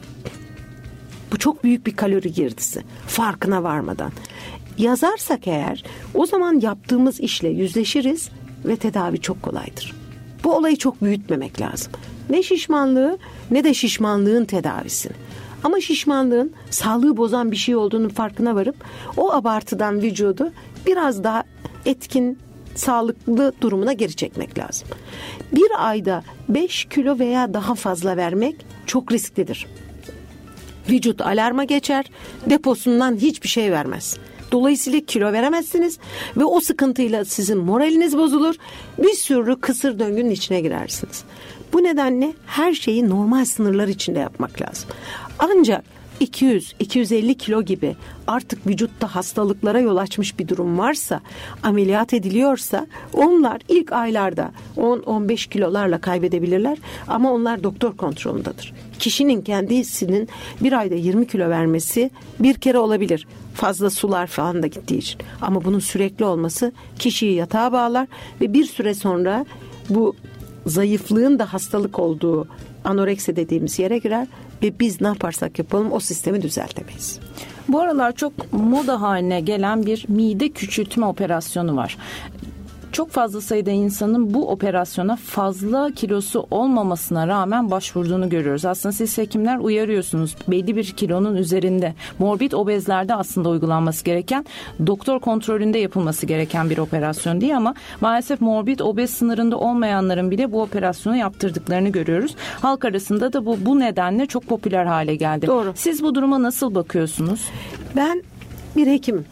Bu çok büyük bir kalori girdisi. Farkına varmadan. Yazarsak eğer o zaman yaptığımız işle yüzleşiriz ve tedavi çok kolaydır. Bu olayı çok büyütmemek lazım. Ne şişmanlığı ne de şişmanlığın tedavisini. Ama şişmanlığın sağlığı bozan bir şey olduğunun farkına varıp o abartıdan vücudu biraz daha etkin, sağlıklı durumuna geri çekmek lazım. Bir ayda beş kilo veya daha fazla vermek çok risklidir. Vücut alarma geçer, deposundan hiçbir şey vermez. Dolayısıyla kilo veremezsiniz ve o sıkıntıyla sizin moraliniz bozulur. Bir sürü kısır döngünün içine girersiniz. Bu nedenle her şeyi normal sınırlar içinde yapmak lazım. Ancak iki yüz iki yüz elli kilo gibi artık vücutta hastalıklara yol açmış bir durum varsa, ameliyat ediliyorsa onlar ilk aylarda on on beş kilolarla kaybedebilirler ama onlar doktor kontrolündedir. Kişinin kendisinin bir ayda yirmi kilo vermesi bir kere olabilir. Fazla sular falan da gittiği için. Ama bunun sürekli olması kişiyi yatağa bağlar ve bir süre sonra bu zayıflığın da hastalık olduğu anoreksi dediğimiz yere girer ve biz ne yaparsak yapalım o sistemi düzeltemeyiz. Bu aralar çok moda haline gelen bir mide küçültme operasyonu var. Çok fazla sayıda insanın bu operasyona fazla kilosu olmamasına rağmen başvurduğunu görüyoruz. Aslında siz hekimler uyarıyorsunuz. Belli bir kilonun üzerinde morbid obezlerde aslında uygulanması gereken, doktor kontrolünde yapılması gereken bir operasyon değil ama maalesef morbid obez sınırında olmayanların bile bu operasyonu yaptırdıklarını görüyoruz. Halk arasında da bu bu nedenle çok popüler hale geldi. Doğru. Siz bu duruma nasıl bakıyorsunuz? Ben bir hekimim.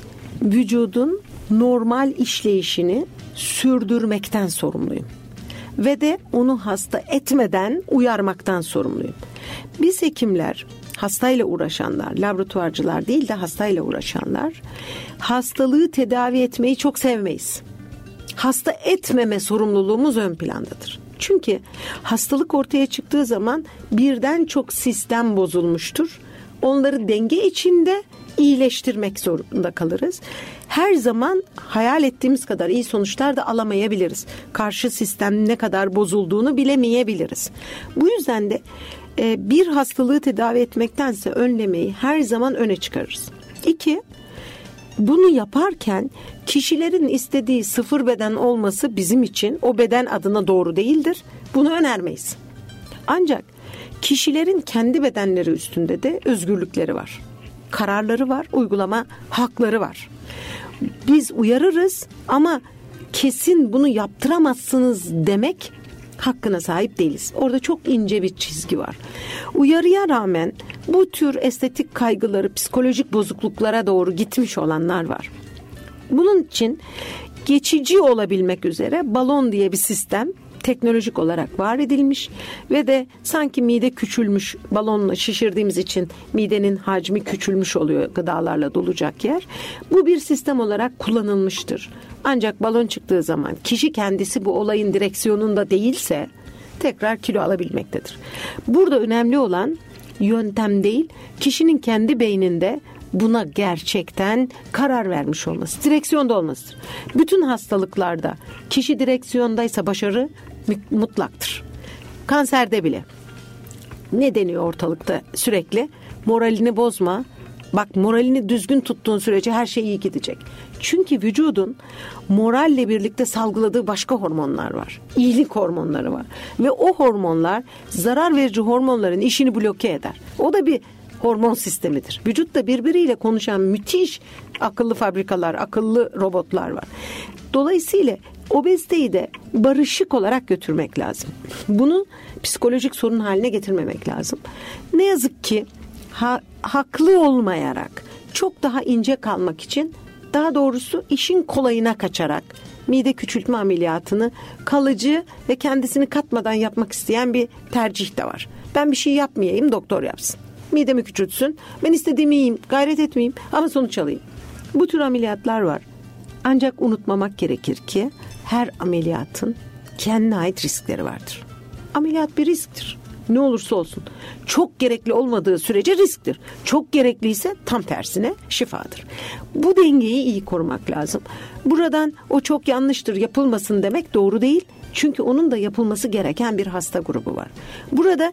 Vücudun normal işleyişini sürdürmekten sorumluyum. ve de onu hasta etmeden uyarmaktan sorumluyum. Biz hekimler, hastayla uğraşanlar, laboratuvarcılar değil de hastayla uğraşanlar, hastalığı tedavi etmeyi çok sevmeyiz. Hasta etmeme sorumluluğumuz ön plandadır. Çünkü hastalık ortaya çıktığı zaman birden çok sistem bozulmuştur. Onları denge içinde iyileştirmek zorunda kalırız. Her zaman hayal ettiğimiz kadar iyi sonuçlar da alamayabiliriz. Karşı sistem ne kadar bozulduğunu bilemeyebiliriz. Bu yüzden de e, bir hastalığı tedavi etmektense önlemeyi her zaman öne çıkarırız. İki, bunu yaparken kişilerin istediği sıfır beden olması bizim için o beden adına doğru değildir. Bunu önermeyiz. Ancak kişilerin kendi bedenleri üstünde de özgürlükleri var. Kararları var, uygulama hakları var. Biz uyarırız ama kesin bunu yaptıramazsınız demek hakkına sahip değiliz. Orada çok ince bir çizgi var. Uyarıya rağmen bu tür estetik kaygıları, psikolojik bozukluklara doğru gitmiş olanlar var. Bunun için geçici olabilmek üzere balon diye bir sistem teknolojik olarak var edilmiş ve de sanki mide küçülmüş, balonla şişirdiğimiz için midenin hacmi küçülmüş oluyor gıdalarla dolacak yer. Bu bir sistem olarak kullanılmıştır. Ancak balon çıktığı zaman kişi kendisi bu olayın direksiyonunda değilse tekrar kilo alabilmektedir. Burada önemli olan yöntem değil, kişinin kendi beyninde buna gerçekten karar vermiş olması, direksiyonda olmasıdır. Bütün hastalıklarda kişi direksiyondaysa başarı mutlaktır. Kanserde bile. Ne deniyor ortalıkta sürekli? Moralini bozma. Bak, moralini düzgün tuttuğun sürece her şey iyi gidecek. Çünkü vücudun moralle birlikte salgıladığı başka hormonlar var. İyilik hormonları var. Ve o hormonlar zarar verici hormonların işini bloke eder. O da bir hormon sistemidir. Vücutta birbiriyle konuşan müthiş akıllı fabrikalar, akıllı robotlar var. Dolayısıyla obeziteyi de barışık olarak götürmek lazım. Bunu psikolojik sorun haline getirmemek lazım. Ne yazık ki ha, haklı olmayarak çok daha ince kalmak için, daha doğrusu işin kolayına kaçarak mide küçültme ameliyatını kalıcı ve kendisini katmadan yapmak isteyen bir tercih de var. Ben bir şey yapmayayım, doktor yapsın. Midemi küçültsün, ben istediğimi yiyeyim, gayret etmeyeyim ama sonuç alayım. Bu tür ameliyatlar var. Ancak unutmamak gerekir ki her ameliyatın kendine ait riskleri vardır. Ameliyat bir risktir. Ne olursa olsun. Çok gerekli olmadığı sürece risktir. Çok gerekliyse tam tersine şifadır. Bu dengeyi iyi korumak lazım. Buradan o çok yanlıştır, yapılmasın demek doğru değil. Çünkü onun da yapılması gereken bir hasta grubu var. Burada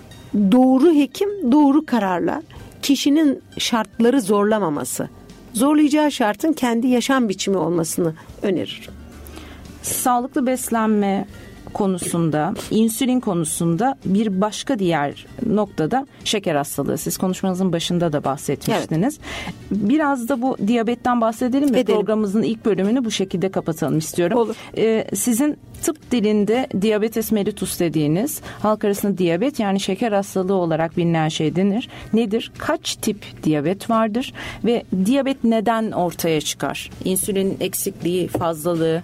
doğru hekim doğru kararla kişinin şartları zorlamaması, zorlayacağı şartın kendi yaşam biçimi olmasını öneririm. Sağlıklı beslenme konusunda, insülin konusunda bir başka diğer noktada şeker hastalığı. Siz konuşmanızın başında da bahsetmiştiniz. Evet. Biraz da bu diyabetten bahsedelim ve programımızın ilk bölümünü bu şekilde kapatalım istiyorum. Olur. Ee, sizin tıp dilinde diabetes mellitus dediğiniz, halk arasında diyabet yani şeker hastalığı olarak bilinen şey denir. Nedir? Kaç tip diyabet vardır ve diyabet neden ortaya çıkar? İnsülin eksikliği, fazlalığı.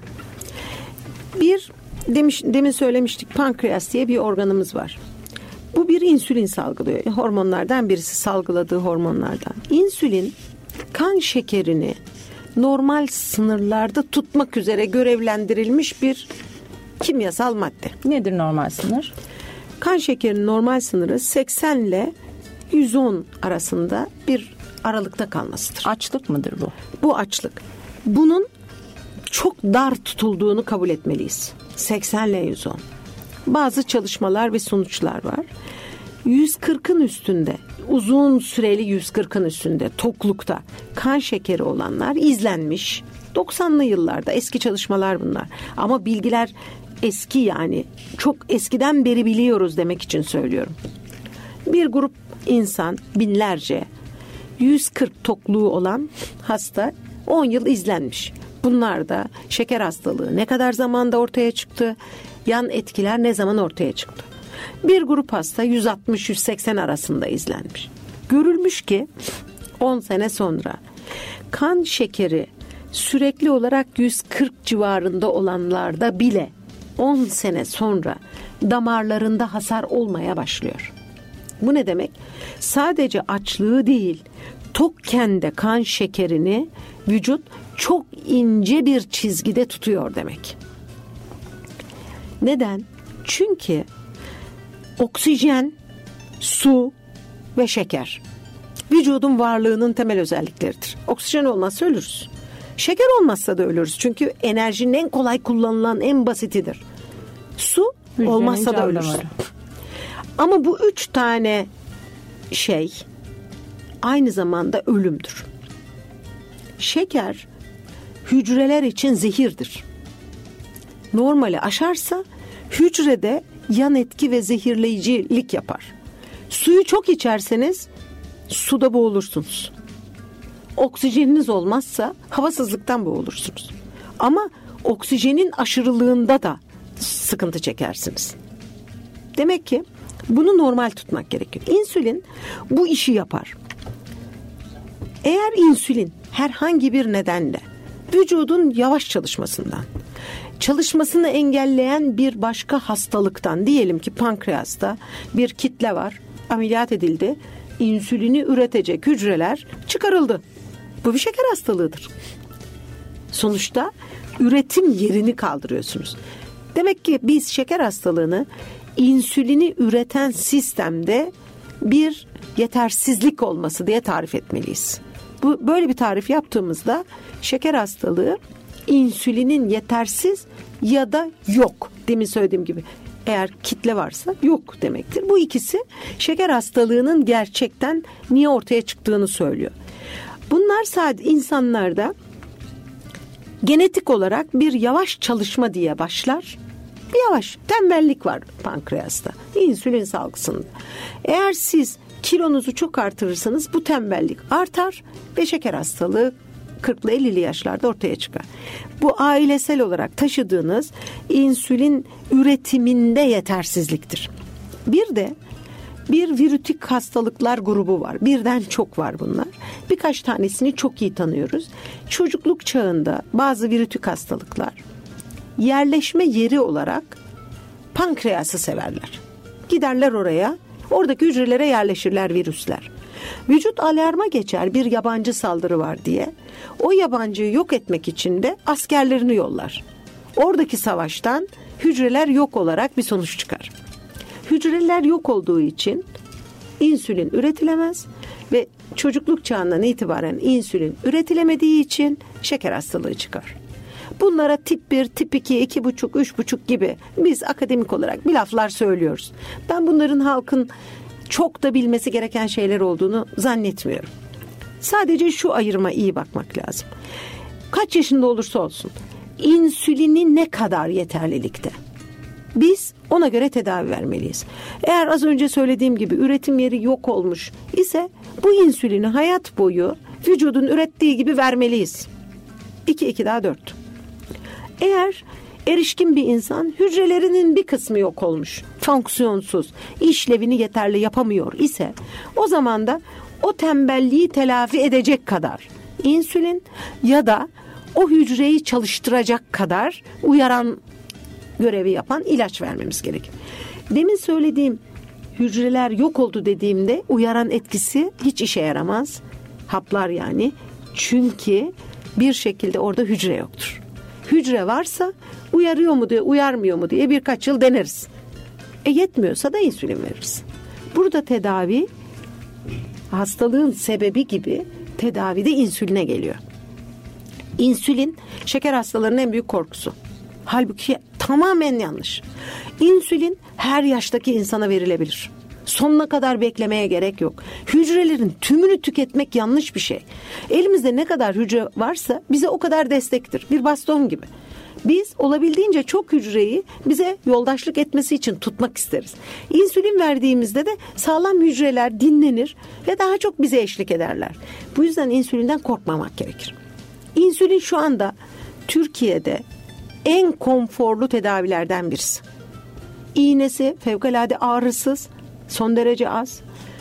Bir Demiş, demin söylemiştik, pankreas diye bir organımız var. Bu bir insülin salgılıyor. Hormonlardan birisi, salgıladığı hormonlardan. İnsülin kan şekerini normal sınırlarda tutmak üzere görevlendirilmiş bir kimyasal madde. Nedir normal sınır? Kan şekerinin normal sınırı seksen ile yüz on arasında bir aralıkta kalmasıdır. Açlık mıdır bu? Bu açlık. Bunun çok dar tutulduğunu kabul etmeliyiz. seksen ile yüz on. Bazı çalışmalar ve sonuçlar var. yüz kırkın üstünde, uzun süreli yüz kırkın üstünde toklukta kan şekeri olanlar izlenmiş. doksanlı yıllarda eski çalışmalar bunlar. Ama bilgiler eski, yani çok eskiden beri biliyoruz demek için söylüyorum. Bir grup insan, binlerce yüz kırk tokluğu olan hasta on yıl izlenmiş. Bunlar da şeker hastalığı ne kadar zamanda ortaya çıktı, yan etkiler ne zaman ortaya çıktı. Bir grup hasta yüz altmış yüz seksen arasında izlenmiş. Görülmüş ki on sene sonra kan şekeri sürekli olarak yüz kırk civarında olanlarda bile on sene sonra damarlarında hasar olmaya başlıyor. Bu ne demek? Sadece açlığı değil, tokken de kan şekerini vücut çok ince bir çizgide tutuyor demek. Neden? Çünkü oksijen, su ve şeker vücudun varlığının temel özellikleridir. Oksijen olmazsa ölürüz. Şeker olmazsa da ölürüz. Çünkü enerjinin en kolay kullanılan en basitidir. Su Hücrenin olmazsa da ölürüz. Ama bu üç tane şey aynı zamanda ölümdür. Şeker hücreler için zehirdir. Normali aşarsa hücrede yan etki ve zehirleyicilik yapar. Suyu çok içerseniz suda boğulursunuz. Oksijeniniz olmazsa havasızlıktan boğulursunuz. Ama oksijenin aşırılığında da sıkıntı çekersiniz. Demek ki bunu normal tutmak gerekiyor. İnsülin bu işi yapar. Eğer insülin herhangi bir nedenle vücudun yavaş çalışmasından, çalışmasını engelleyen bir başka hastalıktan, diyelim ki pankreasta bir kitle var, ameliyat edildi, insülini üretecek hücreler çıkarıldı. Bu bir şeker hastalığıdır. Sonuçta üretim yerini kaldırıyorsunuz. Demek ki biz şeker hastalığını insülini üreten sistemde bir yetersizlik olması diye tarif etmeliyiz. Bu böyle bir tarif yaptığımızda şeker hastalığı insülinin yetersiz ya da yok. Demin söylediğim gibi eğer kitle varsa yok demektir. Bu ikisi şeker hastalığının gerçekten niye ortaya çıktığını söylüyor. Bunlar sadece insanlarda genetik olarak bir yavaş çalışma diye başlar. Bir yavaş tembellik var pankreasta, insülin salgısında. Eğer siz kilonuzu çok artırırsanız bu tembellik artar ve şeker hastalığı kırklı ellili yaşlarda ortaya çıkar. Bu ailesel olarak taşıdığınız insülin üretiminde yetersizliktir. Bir de bir virütik hastalıklar grubu var. Birden çok var bunlar. Birkaç tanesini çok iyi tanıyoruz. Çocukluk çağında bazı virütik hastalıklar yerleşme yeri olarak pankreası severler. Giderler oraya, oradaki hücrelere yerleşirler virüsler. Vücut alarma geçer, bir yabancı saldırı var diye. O yabancıyı yok etmek için de askerlerini yollar. Oradaki savaştan hücreler yok olarak bir sonuç çıkar. Hücreler yok olduğu için insülin üretilemez ve çocukluk çağından itibaren insülin üretilemediği için şeker hastalığı çıkar. Bunlara tip bir, tip iki, iki buçuk, üç buçuk gibi biz akademik olarak bir laflar söylüyoruz. Ben bunların halkın çok da bilmesi gereken şeyler olduğunu zannetmiyorum. Sadece şu ayrıma iyi bakmak lazım. Kaç yaşında olursa olsun insülini ne kadar yeterlilikte? Biz ona göre tedavi vermeliyiz. Eğer az önce söylediğim gibi üretim yeri yok olmuş ise bu insülini hayat boyu vücudun ürettiği gibi vermeliyiz. iki, iki daha dört. Eğer erişkin bir insan hücrelerinin bir kısmı yok olmuş, fonksiyonsuz, işlevini yeterli yapamıyor ise o zaman da o tembelliği telafi edecek kadar insülin ya da o hücreyi çalıştıracak kadar uyaran görevi yapan ilaç vermemiz gerekir. Demin söylediğim hücreler yok oldu dediğimde uyaran etkisi hiç işe yaramaz. Haplar yani. Çünkü bir şekilde orada hücre yoktur. Hücre varsa uyarıyor mu diye, uyarmıyor mu diye birkaç yıl deneriz. E yetmiyorsa da insülin veririz. Burada tedavi hastalığın sebebi gibi tedavide insüline geliyor. İnsülin şeker hastalarının en büyük korkusu. Halbuki tamamen yanlış. İnsülin her yaştaki insana verilebilir. Sonuna kadar beklemeye gerek yok. Hücrelerin tümünü tüketmek yanlış bir şey. Elimizde ne kadar hücre varsa bize o kadar destektir. Bir baston gibi. Biz olabildiğince çok hücreyi bize yoldaşlık etmesi için tutmak isteriz. İnsülin verdiğimizde de sağlam hücreler dinlenir ve daha çok bize eşlik ederler. Bu yüzden insülinden korkmamak gerekir. İnsülin şu anda Türkiye'de en konforlu tedavilerden birisi. İğnesi fevkalade ağrısız, son derece az.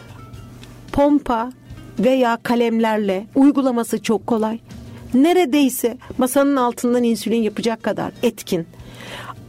Pompa veya kalemlerle uygulaması çok kolay. Neredeyse masanın altından insülin yapacak kadar etkin.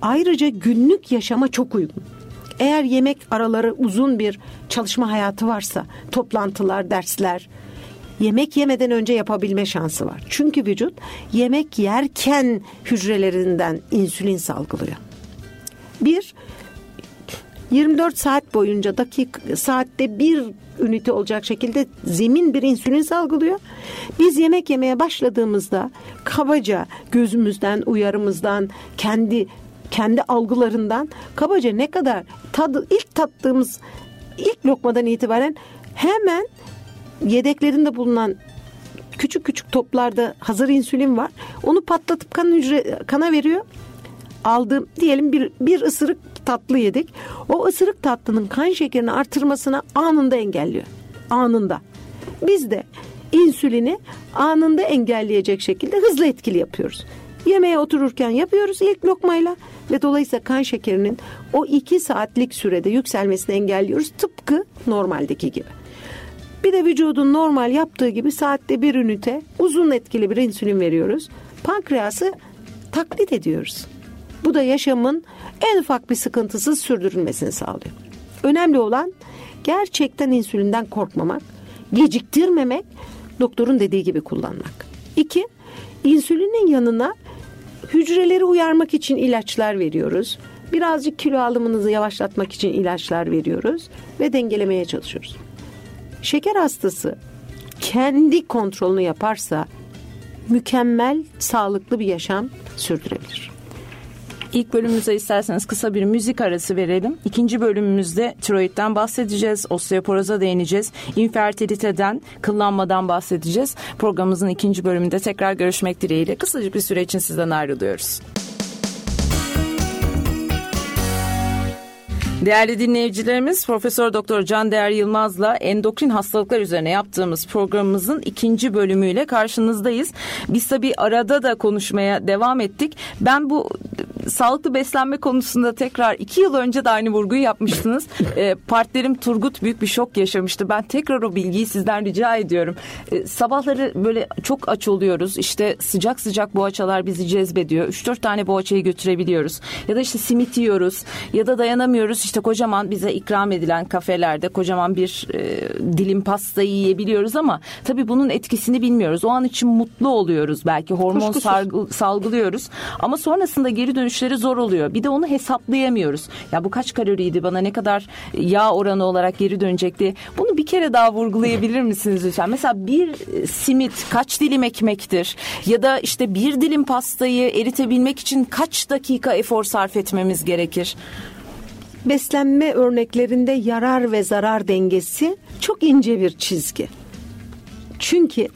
Ayrıca günlük yaşama çok uygun. Eğer yemek araları uzun bir çalışma hayatı varsa, toplantılar, dersler, yemek yemeden önce yapabilme şansı var. Çünkü vücut yemek yerken hücrelerinden insülin salgılıyor. Bir, yirmi dört saat boyunca dakik saatte bir ünite olacak şekilde zemin bir insülin salgılıyor. Biz yemek yemeye başladığımızda kabaca gözümüzden, uyarımızdan, kendi kendi algılarından kabaca ne kadar tadı ilk tattığımız ilk lokmadan itibaren hemen yedeklerinde bulunan küçük küçük toplarda hazır insülin var. Onu patlatıp kan hücre, kana veriyor. Aldığım diyelim bir, bir ısırık tatlı yedik. O ısırık tatlının kan şekerini artırmasına anında engelliyor. Anında. Biz de insülini anında engelleyecek şekilde hızlı etkili yapıyoruz. Yemeğe otururken yapıyoruz ilk lokmayla ve dolayısıyla kan şekerinin o iki saatlik sürede yükselmesini engelliyoruz. Tıpkı normaldeki gibi. Bir de vücudun normal yaptığı gibi saatte bir ünite uzun etkili bir insülin veriyoruz. Pankreası taklit ediyoruz. Bu da yaşamın en ufak bir sıkıntısız sürdürülmesini sağlıyor. Önemli olan gerçekten insülinden korkmamak, geciktirmemek, doktorun dediği gibi kullanmak. İki, insülinin yanına hücreleri uyarmak için ilaçlar veriyoruz. Birazcık kilo alımınızı yavaşlatmak için ilaçlar veriyoruz ve dengelemeye çalışıyoruz. Şeker hastası kendi kontrolünü yaparsa mükemmel, sağlıklı bir yaşam sürdürebilir. İlk bölümümüze isterseniz kısa bir müzik arası verelim. İkinci bölümümüzde tiroidden bahsedeceğiz, osteoporoza değineceğiz, infertiliteden, kıllanmadan bahsedeceğiz. Programımızın ikinci bölümünde tekrar görüşmek dileğiyle kısacık bir süre için sizden ayrılıyoruz. Değerli dinleyicilerimiz, Profesör Doktor Candeğer Yılmaz'la endokrin hastalıklar üzerine yaptığımız programımızın ikinci bölümüyle karşınızdayız. Biz tabii arada da konuşmaya devam ettik. Ben bu sağlıklı beslenme konusunda tekrar iki yıl önce de aynı vurguyu yapmıştınız. E, partnerim Turgut büyük bir şok yaşamıştı. Ben tekrar o bilgiyi sizden rica ediyorum. E, sabahları böyle çok aç oluyoruz. İşte sıcak sıcak boğaçalar bizi cezbediyor. üç dört tane boğaçayı götürebiliyoruz. Ya da işte simit yiyoruz. Ya da dayanamıyoruz. İşte kocaman bize ikram edilen kafelerde kocaman bir e, dilim pastayı yiyebiliyoruz ama tabii bunun etkisini bilmiyoruz. O an için mutlu oluyoruz. Belki hormon sargı, salgılıyoruz. Ama sonrasında geri dönüşleri zor oluyor. Bir de onu hesaplayamıyoruz. Ya bu kaç kaloriydi, bana ne kadar yağ oranı olarak geri dönecekti. Bunu bir kere daha vurgulayabilir misiniz lütfen? Mesela bir simit kaç dilim ekmektir? Ya da işte bir dilim pastayı eritebilmek için kaç dakika efor sarf etmemiz gerekir? Beslenme örneklerinde yarar ve zarar dengesi çok ince bir çizgi. Çünkü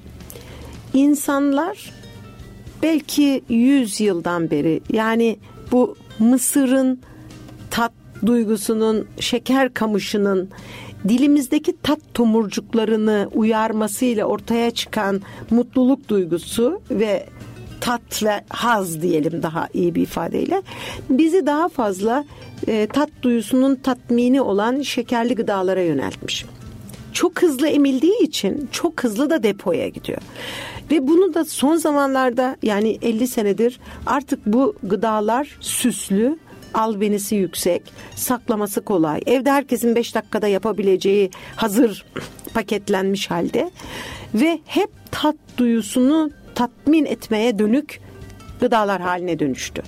insanlar belki yüz yıldan beri, yani bu mısırın tat duygusunun, şeker kamışının dilimizdeki tat tomurcuklarını uyarmasıyla ortaya çıkan mutluluk duygusu ve tat ve haz diyelim daha iyi bir ifadeyle bizi daha fazla e, tat duyusunun tatmini olan şekerli gıdalara yöneltmiş. Çok hızlı emildiği için çok hızlı da depoya gidiyor. Ve bunu da son zamanlarda, yani elli senedir artık bu gıdalar süslü, albenisi yüksek, saklaması kolay. Evde herkesin beş dakikada yapabileceği hazır paketlenmiş halde ve hep tat duyusunu tatmin etmeye dönük gıdalar haline dönüştü.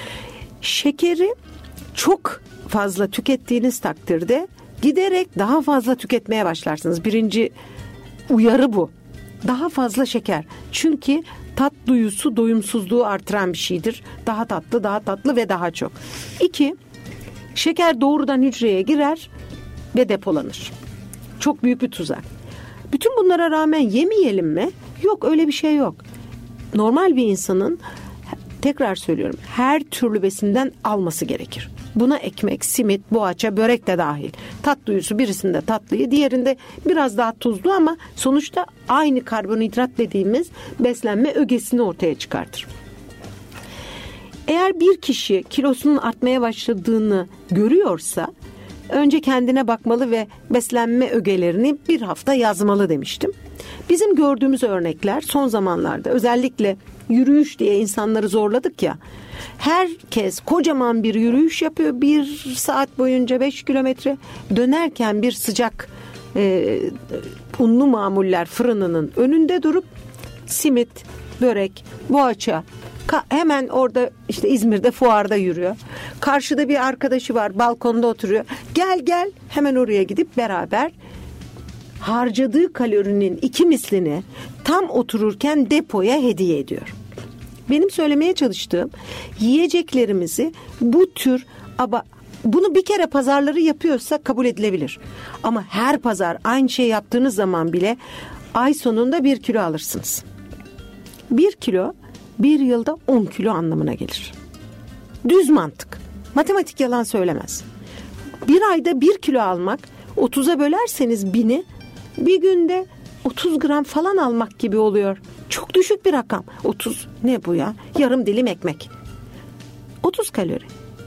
Şekeri çok fazla tükettiğiniz takdirde giderek daha fazla tüketmeye başlarsınız. Birinci uyarı bu. Daha fazla şeker. Çünkü tat duyusu doyumsuzluğu artıran bir şeydir. Daha tatlı, daha tatlı ve daha çok. İki, şeker doğrudan hücreye girer ve depolanır. Çok büyük bir tuzak. Bütün bunlara rağmen yemeyelim mi? Yok, öyle bir şey yok. Normal bir insanın, tekrar söylüyorum, her türlü besinden alması gerekir. Buna ekmek, simit, boğaça, börek de dahil. Tat duyusu birisinde tatlıyı, diğerinde biraz daha tuzlu ama sonuçta aynı karbonhidrat dediğimiz beslenme ögesini ortaya çıkartır. Eğer bir kişi kilosunun artmaya başladığını görüyorsa önce kendine bakmalı ve beslenme ögelerini bir hafta yazmalı demiştim. Bizim gördüğümüz örnekler son zamanlarda özellikle yürüyüş diye insanları zorladık ya. Herkes kocaman bir yürüyüş yapıyor. Bir saat boyunca beş kilometre dönerken bir sıcak e, unlu mamuller fırınının önünde durup simit, börek, poğaça, Ka- hemen orada işte İzmir'de fuarda yürüyor. Karşıda bir arkadaşı var, balkonda oturuyor. Gel gel hemen oraya gidip beraber harcadığı kalorinin iki mislini tam otururken depoya hediye ediyor. Benim söylemeye çalıştığım yiyeceklerimizi bu tür aba bunu bir kere pazarları yapıyorsa kabul edilebilir. Ama her pazar aynı şey yaptığınız zaman bile ay sonunda bir kilo alırsınız. Bir kilo bir yılda on kilo anlamına gelir. Düz mantık. Matematik yalan söylemez. Bir ayda bir kilo almak, otuza bölerseniz bini, bir günde otuz gram falan almak gibi oluyor. Çok düşük bir rakam. otuz ne bu ya? Yarım dilim ekmek. otuz kalori.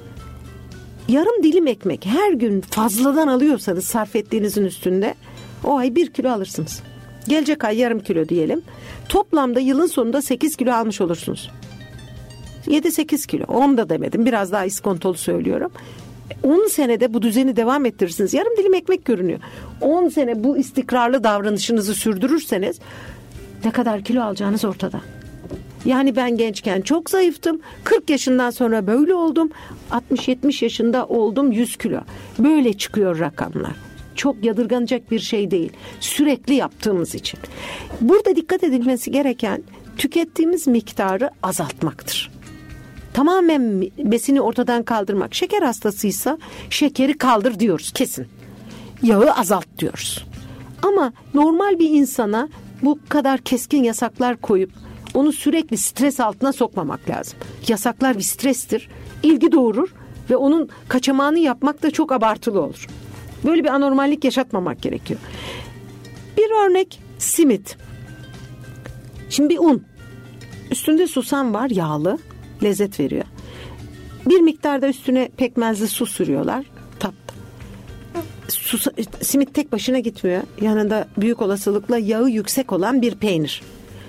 Yarım dilim ekmek her gün fazladan alıyorsanız sarf ettiğinizin üstünde o ay bir kilo alırsınız. Gelecek ay yarım kilo diyelim. Toplamda yılın sonunda sekiz kilo almış olursunuz. yedi sekiz kilo. on da demedim. Biraz daha iskontolu söylüyorum. on senede bu düzeni devam ettirirsiniz. Yarım dilim ekmek görünüyor. on sene bu istikrarlı davranışınızı sürdürürseniz ne kadar kilo alacağınız ortada. Yani ben gençken çok zayıftım. kırk yaşından sonra böyle oldum. altmış yetmiş yaşında oldum yüz kilo. Böyle çıkıyor rakamlar. Çok yadırganacak bir şey değil. Sürekli yaptığımız için. Burada dikkat edilmesi gereken tükettiğimiz miktarı azaltmaktır. Tamamen besini ortadan kaldırmak. Şeker hastasıysa şekeri kaldır diyoruz kesin. Yağı azalt diyoruz. Ama normal bir insana bu kadar keskin yasaklar koyup onu sürekli stres altına sokmamak lazım. Yasaklar bir strestir. İlgi doğurur ve onun kaçamağını yapmak da çok abartılı olur. Böyle bir anormallik yaşatmamak gerekiyor. Bir örnek simit. Şimdi bir un. Üstünde susam var, yağlı, lezzet veriyor. Bir miktarda üstüne pekmezli su sürüyorlar. Tat. Sus, simit tek başına gitmiyor. Yanında büyük olasılıkla yağı yüksek olan bir peynir.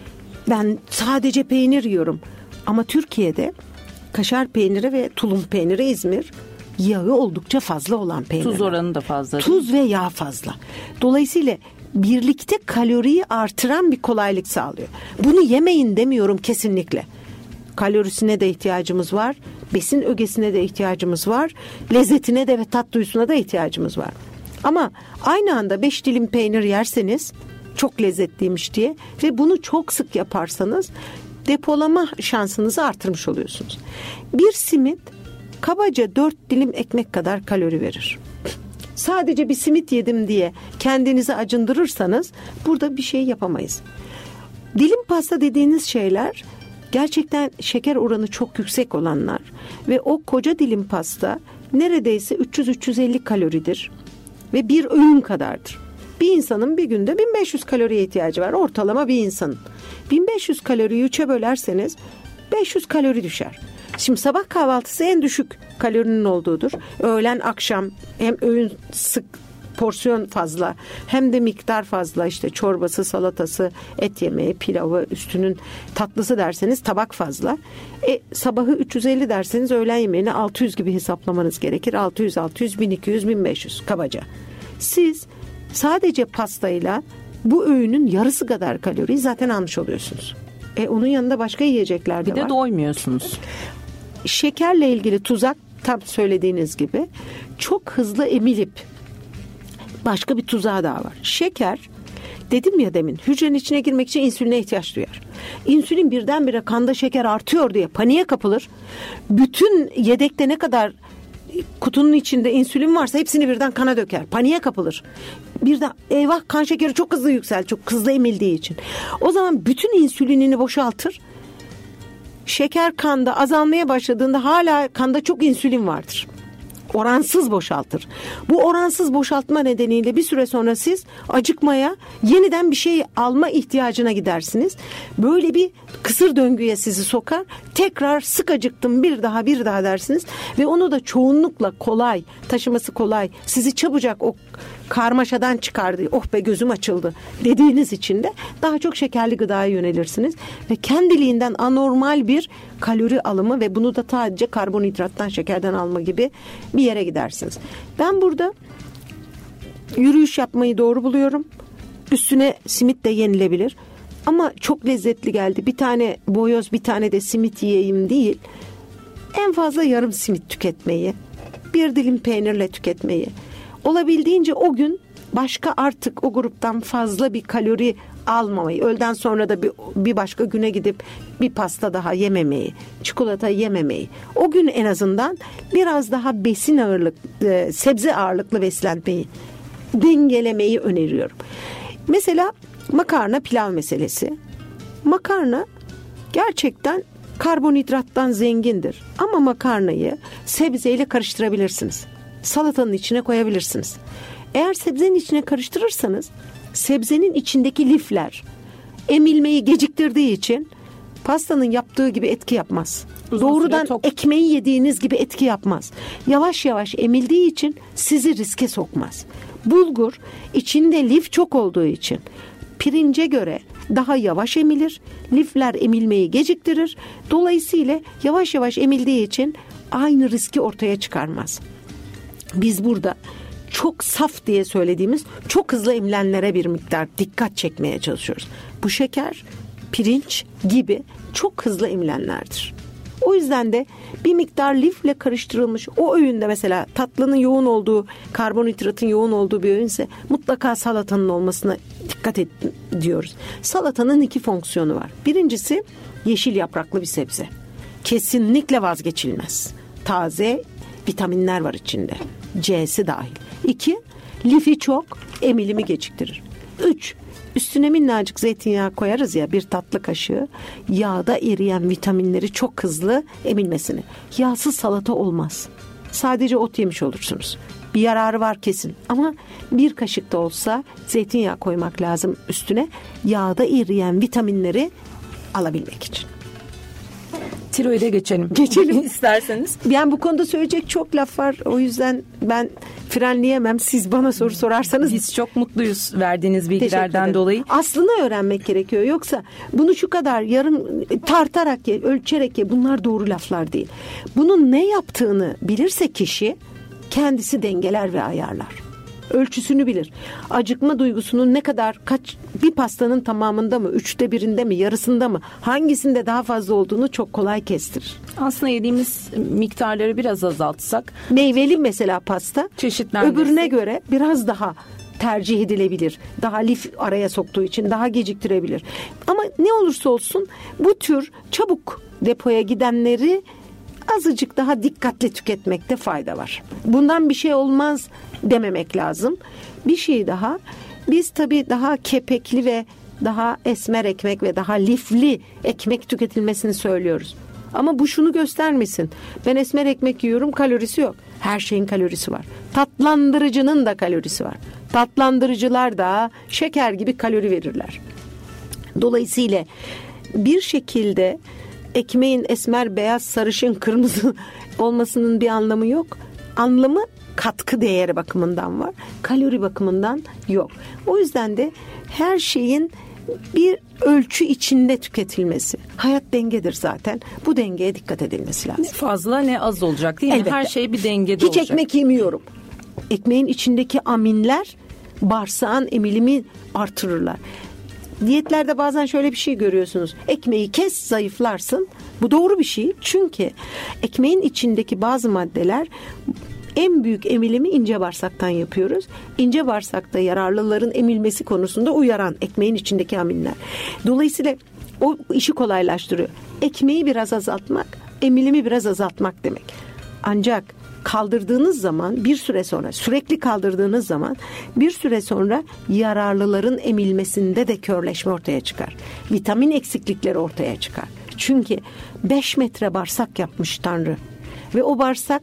Ben sadece peynir yiyorum. Ama Türkiye'de kaşar peyniri ve tulum peyniri İzmir yağı oldukça fazla olan peynir. Tuz oranı da fazla. Tuz ve yağ fazla. Dolayısıyla birlikte kaloriyi artıran bir kolaylık sağlıyor. Bunu yemeyin demiyorum kesinlikle. Kalorisine de ihtiyacımız var. Besin ögesine de ihtiyacımız var. Lezzetine de ve tat duyusuna da ihtiyacımız var. Ama aynı anda beş dilim peynir yerseniz çok lezzetliymiş diye ve bunu çok sık yaparsanız depolama şansınızı artırmış oluyorsunuz. Bir simit kabaca dört dilim ekmek kadar kalori verir. Sadece bir simit yedim diye kendinizi acındırırsanız burada bir şey yapamayız. Dilim pasta dediğiniz şeyler gerçekten şeker oranı çok yüksek olanlar ve o koca dilim pasta neredeyse üç yüz üç yüz elli kaloridir ve bir öğün kadardır. Bir insanın bir günde bin beş yüz kaloriye ihtiyacı var. Ortalama bir insanın. bin beş yüz kaloriyi üçe bölerseniz beş yüz kalori düşer. Şimdi sabah kahvaltısı en düşük kalorinin olduğudur. Öğlen akşam hem öğün sık, porsiyon fazla hem de miktar fazla, işte çorbası, salatası, et yemeği, pilavı, üstünün tatlısı derseniz tabak fazla. E, sabahı üç yüz elli derseniz öğlen yemeğini altı yüz gibi hesaplamanız gerekir. altı yüz, altı yüz, bin iki yüz, bin beş yüz kabaca. Siz sadece pastayla bu öğünün yarısı kadar kaloriyi zaten almış oluyorsunuz. E, onun yanında başka yiyecekler de var. Bir de doymuyorsunuz. Şekerle ilgili tuzak tam söylediğiniz gibi çok hızlı emilip başka bir tuzağı daha var. Şeker, dedim ya demin, hücrenin içine girmek için insüline ihtiyaç duyar. İnsülin birdenbire kanda şeker artıyor diye paniğe kapılır. Bütün yedekte ne kadar kutunun içinde insülin varsa hepsini birden kana döker. Paniğe kapılır. Birden eyvah kan şekeri çok hızlı yüksel, çok hızlı emildiği için. O zaman bütün insülinini boşaltır. Şeker kanda azalmaya başladığında hala kanda çok insülin vardır. Oransız boşaltır. Bu oransız boşaltma nedeniyle bir süre sonra siz acıkmaya, yeniden bir şey alma ihtiyacına gidersiniz. Böyle bir kısır döngüye sizi sokar. Tekrar sık acıktım, bir daha bir daha dersiniz ve onu da çoğunlukla kolay, taşıması kolay, sizi çabucak o karmaşadan çıkardı. Oh be gözüm açıldı dediğiniz için de daha çok şekerli gıdaya yönelirsiniz ve kendiliğinden anormal bir kalori alımı ve bunu da sadece karbonhidrattan, şekerden alma gibi bir yere gidersiniz. Ben burada yürüyüş yapmayı doğru buluyorum. Üstüne simit de yenilebilir. Ama çok lezzetli geldi. Bir tane boyoz, bir tane de simit yiyeyim değil. En fazla yarım simit tüketmeyi, bir dilim peynirle tüketmeyi. Olabildiğince o gün başka artık o gruptan fazla bir kalori almamayı, öğleden sonra da bir, bir başka güne gidip bir pasta daha yememeyi, çikolata yememeyi, o gün en azından biraz daha besin ağırlıklı, sebze ağırlıklı beslenmeyi, dengelemeyi öneriyorum. Mesela makarna pilav meselesi. Makarna gerçekten karbonhidrattan zengindir ama makarnayı sebzeyle karıştırabilirsiniz. Salatanın içine koyabilirsiniz. Eğer sebzenin içine karıştırırsanız sebzenin içindeki lifler emilmeyi geciktirdiği için pastanın yaptığı gibi etki yapmaz. Uzun Doğrudan ekmeği yediğiniz gibi etki yapmaz. Yavaş yavaş emildiği için sizi riske sokmaz. Bulgur içinde lif çok olduğu için pirince göre daha yavaş emilir. Lifler emilmeyi geciktirir. Dolayısıyla yavaş yavaş emildiği için aynı riski ortaya çıkarmaz. Biz burada çok saf diye söylediğimiz çok hızlı emilenlere bir miktar dikkat çekmeye çalışıyoruz. Bu şeker, pirinç gibi çok hızlı emilenlerdir. O yüzden de bir miktar lifle karıştırılmış o öğünde, mesela tatlının yoğun olduğu, karbonhidratın yoğun olduğu bir öğünse mutlaka salatanın olmasına dikkat et diyoruz. Salatanın iki fonksiyonu var. Birincisi yeşil yapraklı bir sebze. Kesinlikle vazgeçilmez. Taze vitaminler var içinde. C'si dahil. İki, lifi çok, emilimi geciktirir. Üç, üstüne minnacık zeytinyağı koyarız ya, bir tatlı kaşığı, yağda eriyen vitaminleri çok hızlı emilmesini. Yağsız salata olmaz. Sadece ot yemiş olursunuz. Bir yararı var kesin ama bir kaşık da olsa zeytinyağı koymak lazım üstüne, yağda eriyen vitaminleri alabilmek için. Tiroide geçelim. Geçelim isterseniz. Yani bu konuda söyleyecek çok laf var. O yüzden ben frenleyemem. Siz bana soru sorarsanız. Biz çok mutluyuz verdiğiniz bilgilerden dolayı. Aslında öğrenmek gerekiyor. Yoksa bunu şu kadar yarım tartarak ye, ölçerek ye, bunlar doğru laflar değil. Bunun ne yaptığını bilirse kişi kendisi dengeler ve ayarlar. Ölçüsünü bilir. Acıkma duygusunun ne kadar, kaç, bir pastanın tamamında mı, üçte birinde mi, yarısında mı, hangisinde daha fazla olduğunu çok kolay kestirir. Aslında yediğimiz miktarları biraz azaltsak. Meyveli mesela pasta öbürüne göre biraz daha tercih edilebilir. Daha lif araya soktuğu için daha geciktirebilir. Ama ne olursa olsun bu tür çabuk depoya gidenleri azıcık daha dikkatli tüketmekte fayda var. Bundan bir şey olmaz dememek lazım. Bir şey daha, biz tabii daha kepekli ve daha esmer ekmek ve daha lifli ekmek tüketilmesini söylüyoruz. Ama bu şunu göstermesin. Ben esmer ekmek yiyorum, kalorisi yok. Her şeyin kalorisi var. Tatlandırıcının da kalorisi var. Tatlandırıcılar da şeker gibi kalori verirler. Dolayısıyla bir şekilde ekmeğin esmer, beyaz, sarışın, kırmızı olmasının bir anlamı yok. Anlamı katkı değeri bakımından var. Kalori bakımından yok. O yüzden de her şeyin bir ölçü içinde tüketilmesi. Hayat dengedir zaten. Bu dengeye dikkat edilmesi lazım. Ne fazla ne az olacak değil mi? Elbette. Her şey bir dengede Hiç olacak. Hiç ekmek yemiyorum. Ekmeğin içindeki aminler bağırsağın emilimi artırırlar. Diyetlerde bazen şöyle bir şey görüyorsunuz. Ekmeği kes, zayıflarsın. Bu doğru bir şey. Çünkü ekmeğin içindeki bazı maddeler, en büyük emilimi ince bağırsaktan yapıyoruz. İnce bağırsakta yararlıların emilmesi konusunda uyaran ekmeğin içindeki aminler. Dolayısıyla o işi kolaylaştırıyor. Ekmeği biraz azaltmak, emilimi biraz azaltmak demek. Ancak kaldırdığınız zaman, bir süre sonra, sürekli kaldırdığınız zaman bir süre sonra yararlıların emilmesinde de körleşme ortaya çıkar. Vitamin eksiklikleri ortaya çıkar. Çünkü beş metre bağırsak yapmış Tanrı ve o bağırsak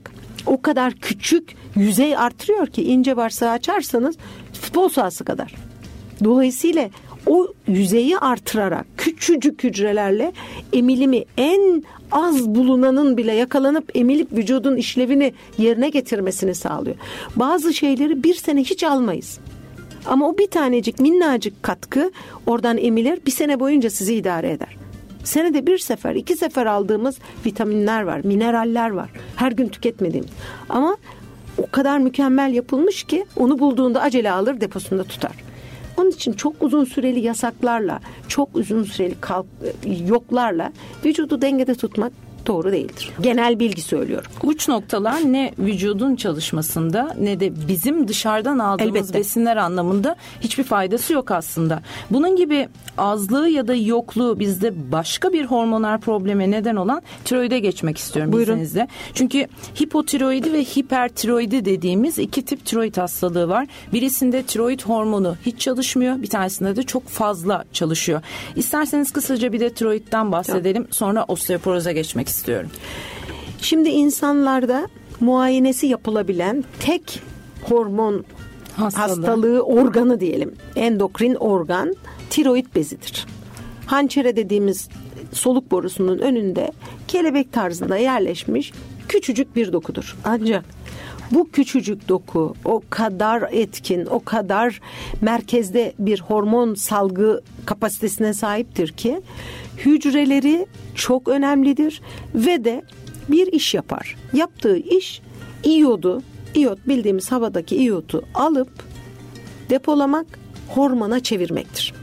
o kadar küçük yüzey artırıyor ki ince bağırsağı açarsanız futbol sahası kadar. Dolayısıyla o yüzeyi artırarak küçücük hücrelerle emilimi en az bulunanın bile yakalanıp emilip vücudun işlevini yerine getirmesini sağlıyor. Bazı şeyleri bir sene hiç almayız. Ama o bir tanecik minnacık katkı oradan emilir, bir sene boyunca sizi idare eder. Senede bir sefer, iki sefer aldığımız vitaminler var, mineraller var. Her gün tüketmediğimiz. Ama o kadar mükemmel yapılmış ki onu bulduğunda acele alır, deposunda tutar. Onun için çok uzun süreli yasaklarla, çok uzun süreli kalk, yoklarla vücudu dengede tutmak doğru değildir. Genel bilgi söylüyorum. Uç noktalar ne vücudun çalışmasında ne de bizim dışarıdan aldığımız Elbette. besinler anlamında hiçbir faydası yok aslında. Bunun gibi azlığı ya da yokluğu bizde başka bir hormonal probleme neden olan tiroide geçmek istiyorum Buyurun. izninizle. Çünkü hipotiroidi ve hipertiroidi dediğimiz iki tip tiroid hastalığı var. Birisinde tiroid hormonu hiç çalışmıyor, bir tanesinde de çok fazla çalışıyor. İsterseniz kısaca bir de tiroidden bahsedelim, tamam. Sonra osteoporoza geçmek istiyorum. Şimdi insanlarda muayenesi yapılabilen tek hormon hastalığı, hastalığı organı diyelim, endokrin organ tiroid bezidir. Hançere dediğimiz soluk borusunun önünde kelebek tarzında yerleşmiş küçücük bir dokudur. Ancak bu küçücük doku o kadar etkin, o kadar merkezde bir hormon salgı kapasitesine sahiptir ki hücreleri çok önemlidir ve de bir iş yapar. Yaptığı iş iyodu, iyot bildiğimiz havadaki iyotu alıp depolamak, hormona çevirmektir.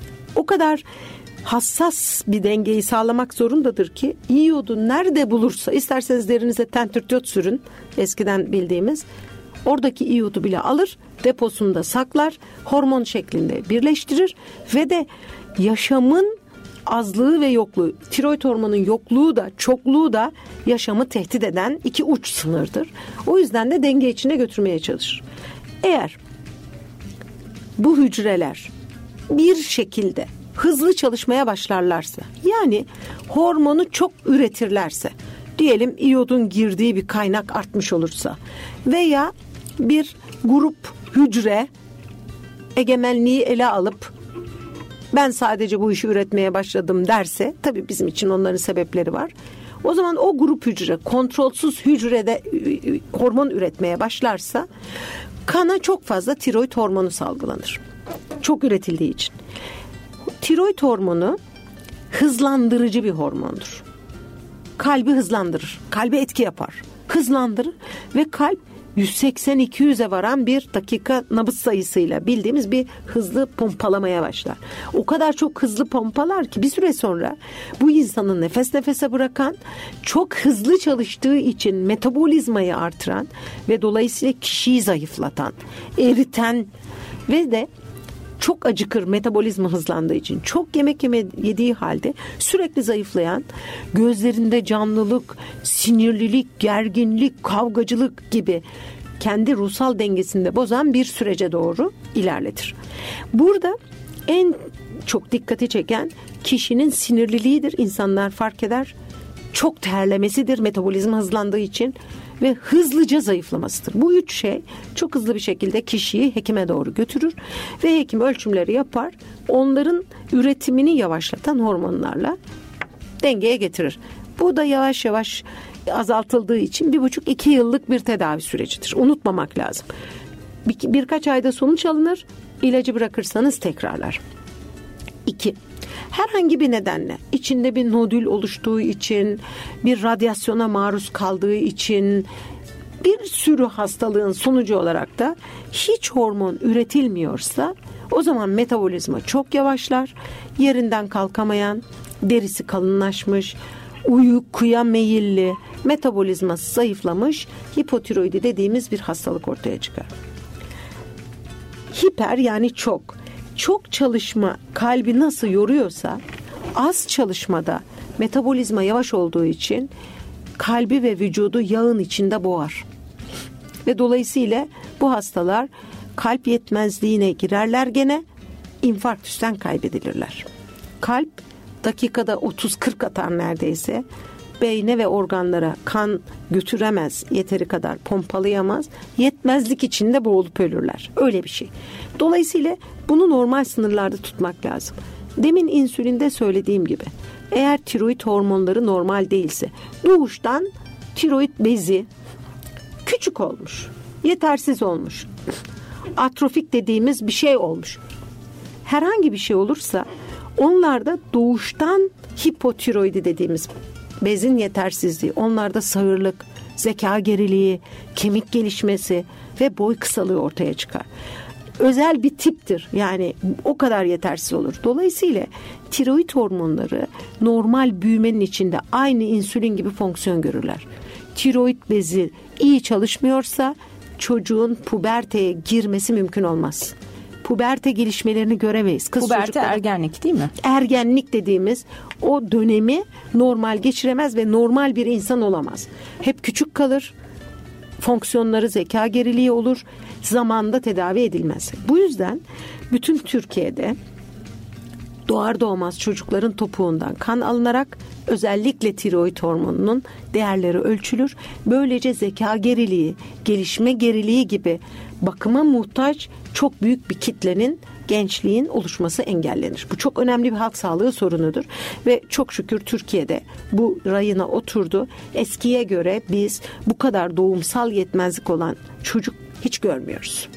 O kadar hassas bir dengeyi sağlamak zorundadır ki iyodu nerede bulursa, isterseniz derinize tentürdiyot sürün, eskiden bildiğimiz, oradaki iyodu bile alır, deposunda saklar, hormon şeklinde birleştirir ve de yaşamın azlığı ve yokluğu, tiroid hormonun yokluğu da çokluğu da yaşamı tehdit eden iki uç sınırdır. O yüzden de denge içine götürmeye çalışır. Eğer bu hücreler bir şekilde hızlı çalışmaya başlarlarsa, yani hormonu çok üretirlerse, diyelim iyodun girdiği bir kaynak artmış olursa veya bir grup hücre egemenliği ele alıp ben sadece bu işi üretmeye başladım derse, tabii bizim için onların sebepleri var. O zaman o grup hücre kontrolsüz hücrede hormon üretmeye başlarsa kana çok fazla tiroid hormonu salgılanır. Çok üretildiği için. Tiroid hormonu hızlandırıcı bir hormondur. Kalbi hızlandırır. Kalbe etki yapar. Hızlandırır ve kalp yüz seksen iki yüze varan bir dakika nabız sayısıyla bildiğimiz bir hızlı pompalamaya başlar. O kadar çok hızlı pompalar ki bir süre sonra bu insanın nefes nefese bırakan, çok hızlı çalıştığı için metabolizmayı artıran ve dolayısıyla kişiyi zayıflatan, eriten ve de çok acıkır metabolizma hızlandığı için. Çok yemek yeme yediği halde sürekli zayıflayan, gözlerinde canlılık, sinirlilik, gerginlik, kavgacılık gibi kendi ruhsal dengesinde bozan bir sürece doğru ilerletir. Burada en çok dikkati çeken kişinin sinirliliğidir. İnsanlar fark eder. Çok terlemesidir metabolizma hızlandığı için ve hızlıca zayıflamasıdır. Bu üç şey çok hızlı bir şekilde kişiyi hekime doğru götürür ve hekim ölçümleri yapar. Onların üretimini yavaşlatan hormonlarla dengeye getirir. Bu da yavaş yavaş azaltıldığı için bir buçuk iki yıllık bir tedavi sürecidir. Unutmamak lazım. Bir, birkaç ayda sonuç alınır. İlacı bırakırsanız tekrarlar. İki. Herhangi bir nedenle içinde bir nodül oluştuğu için, bir radyasyona maruz kaldığı için, bir sürü hastalığın sonucu olarak da hiç hormon üretilmiyorsa o zaman metabolizma çok yavaşlar. Yerinden kalkamayan, derisi kalınlaşmış, uykuya meyilli, metabolizması zayıflamış hipotiroidi dediğimiz bir hastalık ortaya çıkar. Hiper yani çok. Çok çalışma kalbi nasıl yoruyorsa az çalışmada metabolizma yavaş olduğu için kalbi ve vücudu yağın içinde boğar. Ve dolayısıyla bu hastalar kalp yetmezliğine girerler gene, infarktüsten kaybedilirler. Kalp dakikada otuz kırk atar neredeyse. beyne ve organlara kan götüremez, yeteri kadar pompalayamaz. Yetmezlik içinde boğulup ölürler. Öyle bir şey. Dolayısıyla bunu normal sınırlarda tutmak lazım. Demin insülinde söylediğim gibi, eğer tiroid hormonları normal değilse, doğuştan tiroid bezi küçük olmuş, yetersiz olmuş, atrofik dediğimiz bir şey olmuş. Herhangi bir şey olursa onlarda doğuştan hipotiroidi dediğimiz bezin yetersizliği, onlarda sağırlık, zeka geriliği, kemik gelişmesi ve boy kısalığı ortaya çıkar. Özel bir tiptir. Yani o kadar yetersiz olur. Dolayısıyla tiroid hormonları normal büyümenin içinde aynı insülin gibi fonksiyon görürler. Tiroid bezi iyi çalışmıyorsa çocuğun puberteye girmesi mümkün olmaz. Puberte gelişmelerini göremeyiz. Kız Puberte çocukları, ergenlik değil mi? Ergenlik dediğimiz o dönemi normal geçiremez ve normal bir insan olamaz. Hep küçük kalır. Fonksiyonları, zeka geriliği olur. Zamanında tedavi edilmez. Bu yüzden bütün Türkiye'de doğar doğmaz çocukların topuğundan kan alınarak özellikle tiroid hormonunun değerleri ölçülür. Böylece zeka geriliği, gelişme geriliği gibi bakıma muhtaç çok büyük bir kitlenin, gençliğin oluşması engellenir. Bu çok önemli bir halk sağlığı sorunudur ve çok şükür Türkiye'de bu rayına oturdu. Eskiye göre biz bu kadar doğumsal yetmezlik olan çocuk hiç görmüyoruz.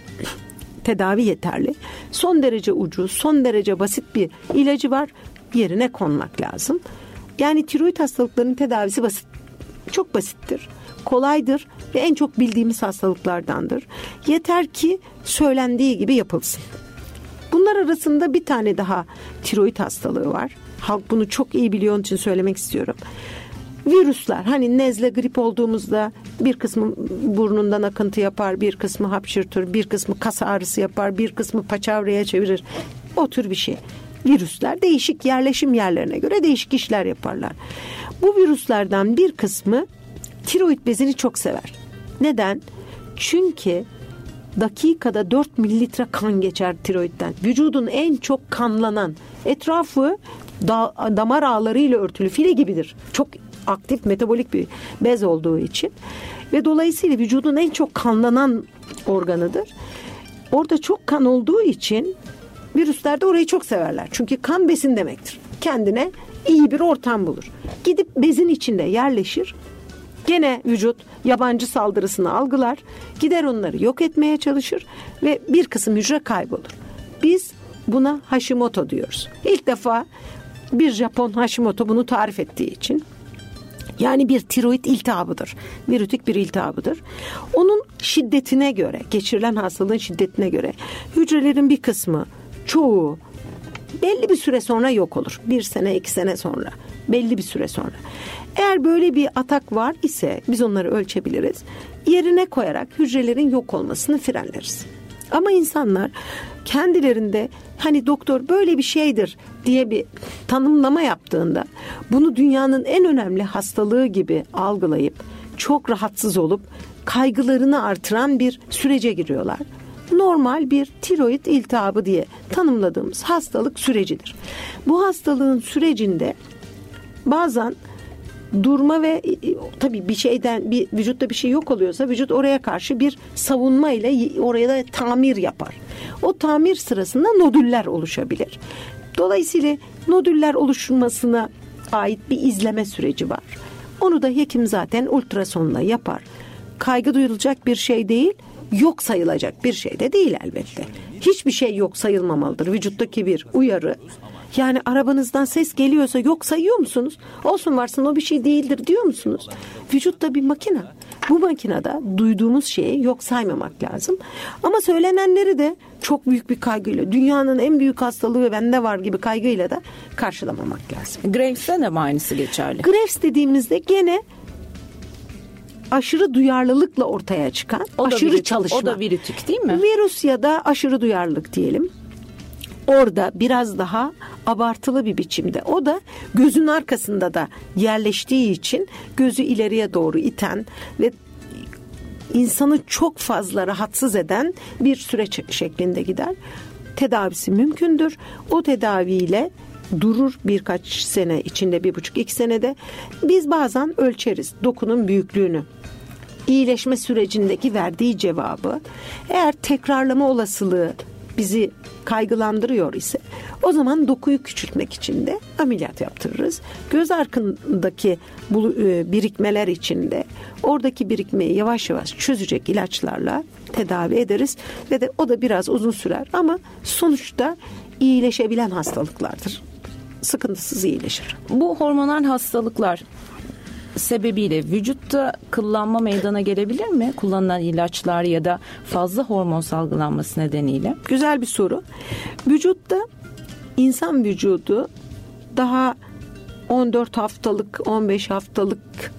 Tedavi yeterli. Son derece ucuz, son derece basit bir ilacı var. Yerine konmak lazım. Yani tiroid hastalıklarının tedavisi basit. Çok basittir. Kolaydır ve en çok bildiğimiz hastalıklardandır. Yeter ki söylendiği gibi yapılsın. Bunlar arasında bir tane daha tiroid hastalığı var. Halk bunu çok iyi biliyor, onun için söylemek istiyorum. Virüsler, hani nezle, grip olduğumuzda bir kısmı burnundan akıntı yapar, bir kısmı hapşırtır, bir kısmı kas ağrısı yapar, bir kısmı paçavraya çevirir. O tür bir şey. Virüsler değişik yerleşim yerlerine göre değişik işler yaparlar. Bu virüslerden bir kısmı tiroid bezini çok sever. Neden? Çünkü dakikada dört mililitre kan geçer tiroidden. Vücudun en çok kanlanan, etrafı da, damar ağlarıyla örtülü file gibidir. Çok aktif metabolik bir bez olduğu için ve dolayısıyla vücudun en çok kanlanan organıdır. Orada çok kan olduğu için virüsler de orayı çok severler. Çünkü kan besin demektir. Kendine iyi bir ortam bulur. Gidip bezin içinde yerleşir. Gene vücut yabancı saldırısını algılar. Gider onları yok etmeye çalışır ve bir kısım hücre kaybolur. Biz buna Hashimoto diyoruz. İlk defa bir Japon Hashimoto bunu tarif ettiği için, yani bir tiroid iltihabıdır. Virütik bir iltihabıdır. Onun şiddetine göre, geçirilen hastalığın şiddetine göre hücrelerin bir kısmı, çoğu belli bir süre sonra yok olur. Bir sene, iki sene sonra, belli bir süre sonra. Eğer böyle bir atak var ise biz onları ölçebiliriz. Yerine koyarak hücrelerin yok olmasını frenleriz. Ama insanlar kendilerinde hani doktor böyle bir şeydir diye bir tanımlama yaptığında bunu dünyanın en önemli hastalığı gibi algılayıp çok rahatsız olup kaygılarını artıran bir sürece giriyorlar. Normal bir tiroid iltihabı diye tanımladığımız hastalık sürecidir. Bu hastalığın sürecinde bazen durma ve tabii bir şeyden, bir vücutta bir şey yok oluyorsa vücut oraya karşı bir savunma ile oraya da tamir yapar. O tamir sırasında nodüller oluşabilir. Dolayısıyla nodüller oluşmasına ait bir izleme süreci var. Onu da hekim zaten ultrasonla yapar. Kaygı duyulacak bir şey değil, yok sayılacak bir şey de değil elbette. Hiçbir şey yok sayılmamalıdır. Vücuttaki bir uyarı. Yani arabanızdan ses geliyorsa yok sayıyor musunuz? Olsun varsın o bir şey değildir diyor musunuz? Vücutta bir makine. Bu makinede duyduğumuz şeyi yok saymamak lazım. Ama söylenenleri de çok büyük bir kaygıyla, dünyanın en büyük hastalığı bende var gibi kaygıyla da karşılamamak lazım. Graves'te de mi aynısı geçerli? Graves dediğimizde gene aşırı duyarlılıkla ortaya çıkan o aşırı virütik, çalışma. O da virütik değil mi? Virüs ya da aşırı duyarlılık diyelim. Orada biraz daha abartılı bir biçimde. O da gözün arkasında da yerleştiği için gözü ileriye doğru iten ve insanı çok fazla rahatsız eden bir süreç şeklinde gider. Tedavisi mümkündür. O tedaviyle durur birkaç sene içinde, bir buçuk iki senede. Biz bazen ölçeriz dokunun büyüklüğünü, iyileşme sürecindeki verdiği cevabı. Eğer tekrarlama olasılığı bizi kaygılandırıyor ise o zaman dokuyu küçültmek için de ameliyat yaptırırız. Göz arkındaki bu birikmeler için de oradaki birikmeyi yavaş yavaş çözecek ilaçlarla tedavi ederiz ve de o da biraz uzun sürer ama sonuçta iyileşebilen hastalıklardır. Sıkıntısız iyileşir. Bu hormonal hastalıklar sebebiyle vücutta kıllanma meydana gelebilir mi? Kullanılan ilaçlar ya da fazla hormon salgılanması nedeniyle. Güzel bir soru. Vücutta insan vücudu daha on dört haftalık, on beş haftalık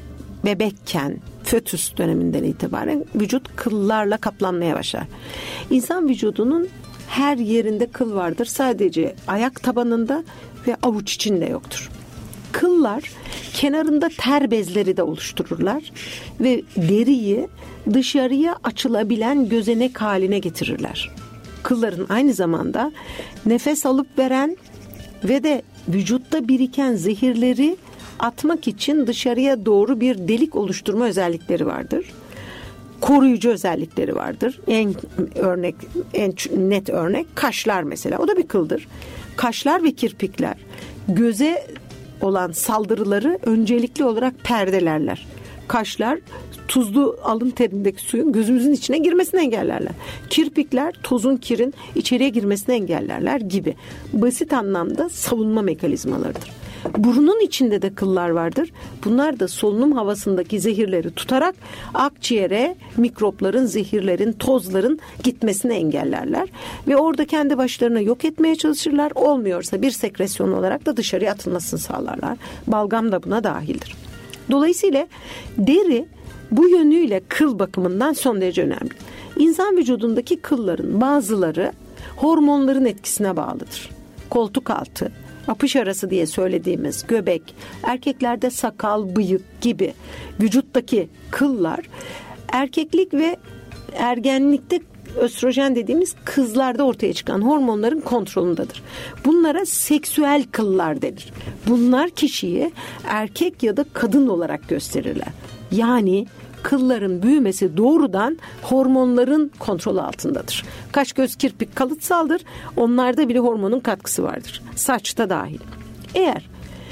bebekken, fötüs döneminden itibaren vücut kıllarla kaplanmaya başlar. İnsan vücudunun her yerinde kıl vardır. Sadece ayak tabanında ve avuç içinde yoktur. Kıllar kenarında ter bezleri de oluştururlar ve deriyi dışarıya açılabilen gözenek haline getirirler. Kılların aynı zamanda nefes alıp veren ve de vücutta biriken zehirleri atmak için dışarıya doğru bir delik oluşturma özellikleri vardır. Koruyucu özellikleri vardır. En örnek, en net örnek kaşlar mesela. O da bir kıldır. Kaşlar ve kirpikler göze olan saldırıları öncelikli olarak perdelerler. Kaşlar tuzlu alın terindeki suyun gözümüzün içine girmesini engellerler. Kirpikler tozun, kirin içeriye girmesini engellerler gibi. Basit anlamda savunma mekanizmalarıdır. Burunun içinde de kıllar vardır. Bunlar da solunum havasındaki zehirleri tutarak akciğere mikropların, zehirlerin, tozların gitmesini engellerler. Ve orada kendi başlarına yok etmeye çalışırlar. Olmuyorsa bir sekresyon olarak da dışarıya atılmasını sağlarlar. Balgam da buna dahildir. Dolayısıyla deri bu yönüyle kıl bakımından son derece önemli. İnsan vücudundaki kılların bazıları hormonların etkisine bağlıdır. Koltuk altı, apış arası diye söylediğimiz göbek, erkeklerde sakal, bıyık gibi vücuttaki kıllar erkeklik ve ergenlikte östrojen dediğimiz kızlarda ortaya çıkan hormonların kontrolündedir. Bunlara seksüel kıllar denir. Bunlar kişiyi erkek ya da kadın olarak gösterirler. Yani kılların büyümesi doğrudan hormonların kontrolü altındadır. Kaş, göz, kirpik kalıtsaldır. Onlarda bile hormonun katkısı vardır. Saçta dahil. Eğer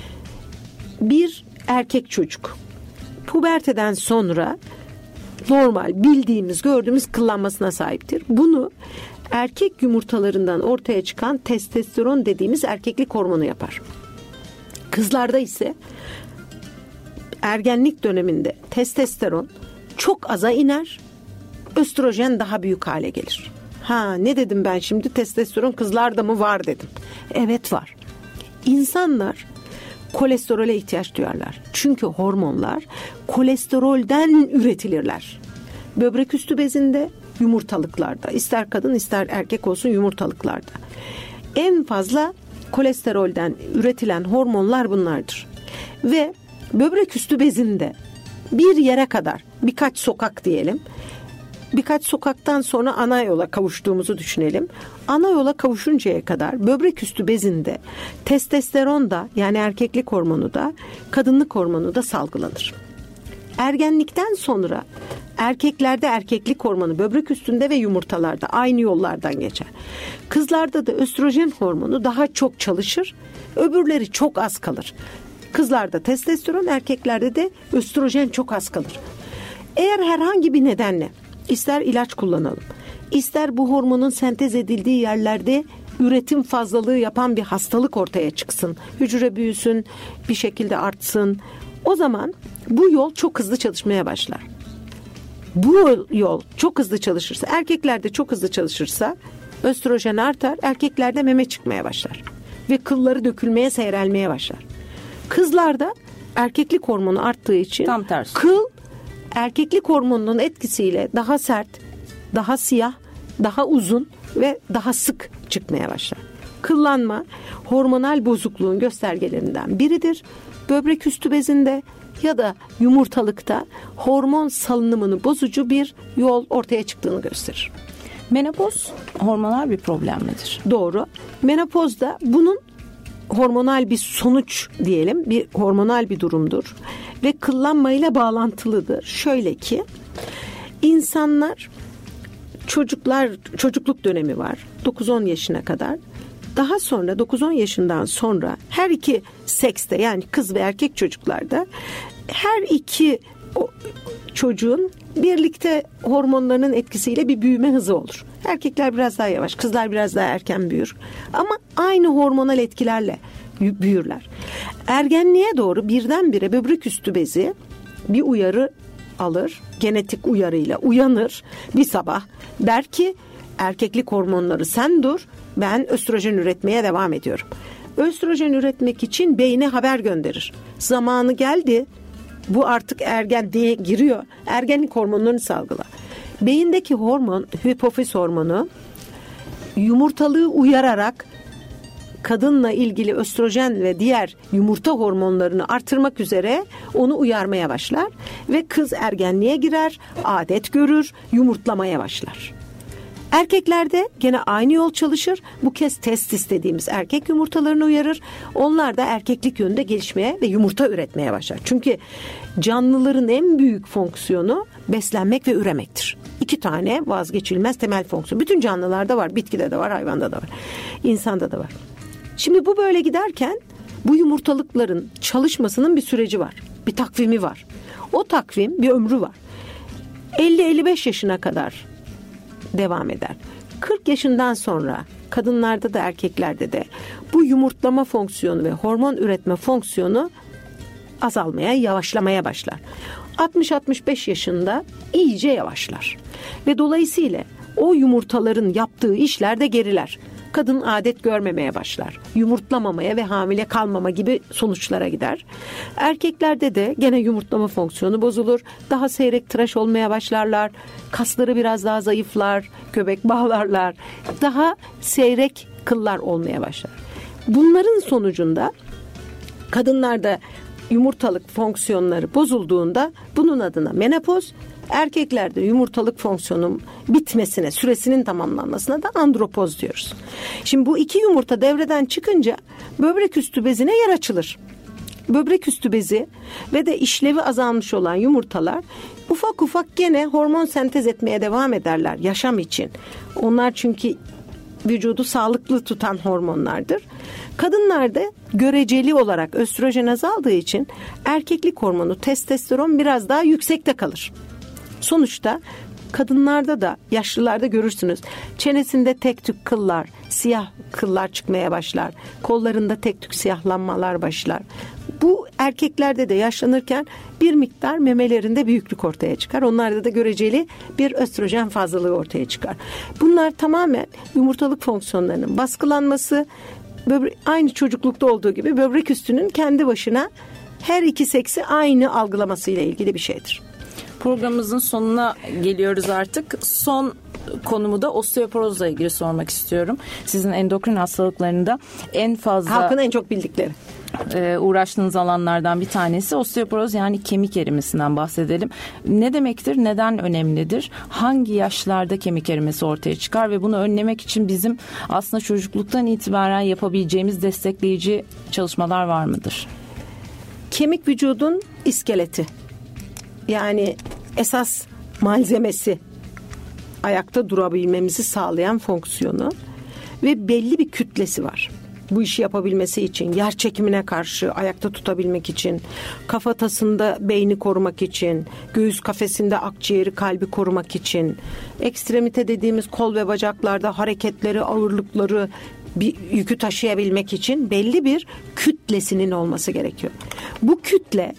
bir erkek çocuk puberteden sonra normal bildiğimiz, gördüğümüz kıllanmasına sahiptir. Bunu erkek yumurtalarından ortaya çıkan testosteron dediğimiz erkeklik hormonu yapar. Kızlarda ise ergenlik döneminde testosteron çok aza iner, östrojen daha büyük hale gelir. Ha, ne dedim ben şimdi? Testosteron kızlarda mı var dedim. Evet var. İnsanlar kolesterole ihtiyaç duyarlar. Çünkü hormonlar kolesterolden üretilirler. Böbrek üstü bezinde, yumurtalıklarda, ister kadın ister erkek olsun yumurtalıklarda. En fazla kolesterolden üretilen hormonlar bunlardır. Ve böbrek üstü bezinde bir yere kadar, birkaç sokak diyelim, birkaç sokaktan sonra ana yola kavuştuğumuzu düşünelim. Ana yola kavuşuncaya kadar böbrek üstü bezinde testosteron da, yani erkeklik hormonu da, kadınlık hormonu da salgılanır. Ergenlikten sonra erkeklerde erkeklik hormonu böbrek üstünde ve yumurtalarda aynı yollardan geçer. Kızlarda da östrojen hormonu daha çok çalışır, öbürleri çok az kalır. Kızlarda testosteron, erkeklerde de östrojen çok az kalır. Eğer herhangi bir nedenle ister ilaç kullanalım, ister bu hormonun sentez edildiği yerlerde üretim fazlalığı yapan bir hastalık ortaya çıksın, hücre büyüsün, bir şekilde artsın, o zaman bu yol çok hızlı çalışmaya başlar. Bu yol çok hızlı çalışırsa, erkeklerde çok hızlı çalışırsa östrojen artar, erkeklerde meme çıkmaya başlar ve kılları dökülmeye, seyrelmeye başlar. Kızlarda erkeklik hormonu arttığı için tam tersi. Kıl erkeklik hormonunun etkisiyle daha sert, daha siyah, daha uzun ve daha sık çıkmaya başlar. Kıllanma hormonal bozukluğun göstergelerinden biridir. Böbrek üstü bezinde ya da yumurtalıkta hormon salınımını bozucu bir yol ortaya çıktığını gösterir. Menopoz hormonal bir problem midir? Doğru. Menopozda bunun hormonal bir sonuç diyelim, bir hormonal bir durumdur ve kıllanmayla bağlantılıdır. Şöyle ki insanlar, çocuklar, çocukluk dönemi var dokuz on yaşına kadar. Daha sonra dokuz on yaşından sonra her iki sekste, yani kız ve erkek çocuklarda her iki çocuğun birlikte hormonlarının etkisiyle bir büyüme hızı olur. Erkekler biraz daha yavaş, kızlar biraz daha erken büyür. Ama aynı hormonal etkilerle büyürler. Ergenliğe doğru birdenbire böbrek üstü bezi bir uyarı alır. Genetik uyarıyla uyanır bir sabah. Der ki erkeklik hormonları sen dur, ben östrojen üretmeye devam ediyorum. Östrojen üretmek için beyne haber gönderir. Zamanı geldi. Bu artık ergenliğe giriyor. Ergenlik hormonlarını salgılar. Beyindeki hormon, hipofiz hormonu, yumurtalığı uyararak kadınla ilgili östrojen ve diğer yumurta hormonlarını artırmak üzere onu uyarmaya başlar ve kız ergenliğe girer, adet görür, yumurtlamaya başlar. Erkeklerde gene aynı yol çalışır. Bu kez testis dediğimiz erkek yumurtalarını uyarır. Onlar da erkeklik yönünde gelişmeye ve yumurta üretmeye başlar. Çünkü canlıların en büyük fonksiyonu beslenmek ve üremektir. İki tane vazgeçilmez temel fonksiyon. Bütün canlılarda var, bitkide de var, hayvanda da var, insanda da var. Şimdi bu böyle giderken bu yumurtalıkların çalışmasının bir süreci var. Bir takvimi var. O takvim bir ömrü var. elli elli beş yaşına kadar devam eder. kırk yaşından sonra kadınlarda da erkeklerde de bu yumurtlama fonksiyonu ve hormon üretme fonksiyonu azalmaya, yavaşlamaya başlar. altmış altmış beş yaşında iyice yavaşlar. Ve dolayısıyla o yumurtaların yaptığı işler de geriler. Kadın adet görmemeye başlar. Yumurtlamamaya ve hamile kalmama gibi sonuçlara gider. Erkeklerde de gene yumurtlama fonksiyonu bozulur. Daha seyrek tıraş olmaya başlarlar. Kasları biraz daha zayıflar. Göbek bağlarlar. Daha seyrek kıllar olmaya başlar. Bunların sonucunda kadınlarda yumurtalık fonksiyonları bozulduğunda bunun adına menopoz, erkeklerde yumurtalık fonksiyonun bitmesine, süresinin tamamlanmasına da andropoz diyoruz. Şimdi bu iki yumurta devreden çıkınca böbrek üstü bezine yer açılır. Böbrek üstü bezi ve de işlevi azalmış olan yumurtalar ufak ufak gene hormon sentez etmeye devam ederler yaşam için. Onlar çünkü vücudu sağlıklı tutan hormonlardır. Kadınlarda göreceli olarak östrojen azaldığı için erkeklik hormonu testosteron biraz daha yüksekte kalır. Sonuçta kadınlarda da yaşlılarda görürsünüz. Çenesinde tek tük kıllar, siyah kıllar çıkmaya başlar. Kollarında tek tük siyahlanmalar başlar. Bu erkeklerde de yaşlanırken bir miktar memelerinde büyüklük ortaya çıkar. Onlarda da göreceli bir östrojen fazlalığı ortaya çıkar. Bunlar tamamen yumurtalık fonksiyonlarının baskılanması, böbre- aynı çocuklukta olduğu gibi böbrek üstünün kendi başına her iki seksi aynı algılamasıyla ilgili bir şeydir. Programımızın sonuna geliyoruz artık. Son konumu da osteoporozla ilgili sormak istiyorum. Sizin endokrin hastalıklarında en fazla halkın en çok bildikleri e, uğraştığınız alanlardan bir tanesi osteoporoz, yani kemik erimesinden bahsedelim. Ne demektir? Neden önemlidir? Hangi yaşlarda kemik erimesi ortaya çıkar ve bunu önlemek için bizim aslında çocukluktan itibaren yapabileceğimiz destekleyici çalışmalar var mıdır? Kemik vücudun iskeleti. Yani esas malzemesi, ayakta durabilmemizi sağlayan fonksiyonu ve belli bir kütlesi var. Bu işi yapabilmesi için, yer çekimine karşı ayakta tutabilmek için, kafatasında beyni korumak için, göğüs kafesinde akciğeri, kalbi korumak için, ekstremite dediğimiz kol ve bacaklarda hareketleri, ağırlıkları, bir yükü taşıyabilmek için belli bir kütlesinin olması gerekiyor. Bu kütle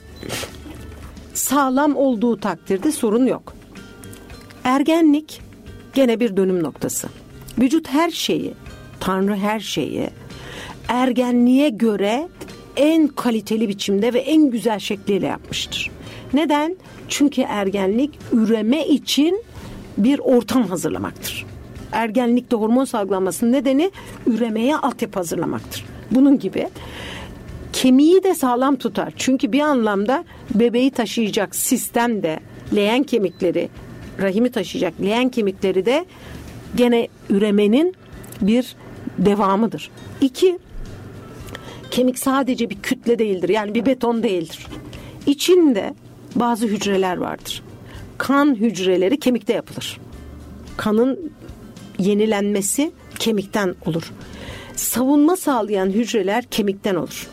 sağlam olduğu takdirde sorun yok. Ergenlik gene bir dönüm noktası. Vücut her şeyi, Tanrı her şeyi ergenliğe göre en kaliteli biçimde ve en güzel şekliyle yapmıştır. Neden? Çünkü ergenlik üreme için bir ortam hazırlamaktır. Ergenlikte hormon salgılanmasının nedeni üremeye altyapı hazırlamaktır. Bunun gibi kemiği de sağlam tutar. Çünkü bir anlamda bebeği taşıyacak sistem de, leğen kemikleri, rahimi taşıyacak leğen kemikleri de gene üremenin bir devamıdır. İki, Kemik sadece bir kütle değildir. Yani bir beton değildir. İçinde bazı hücreler vardır. Kan hücreleri kemikte yapılır. Kanın yenilenmesi kemikten olur. Savunma sağlayan hücreler kemikten olur.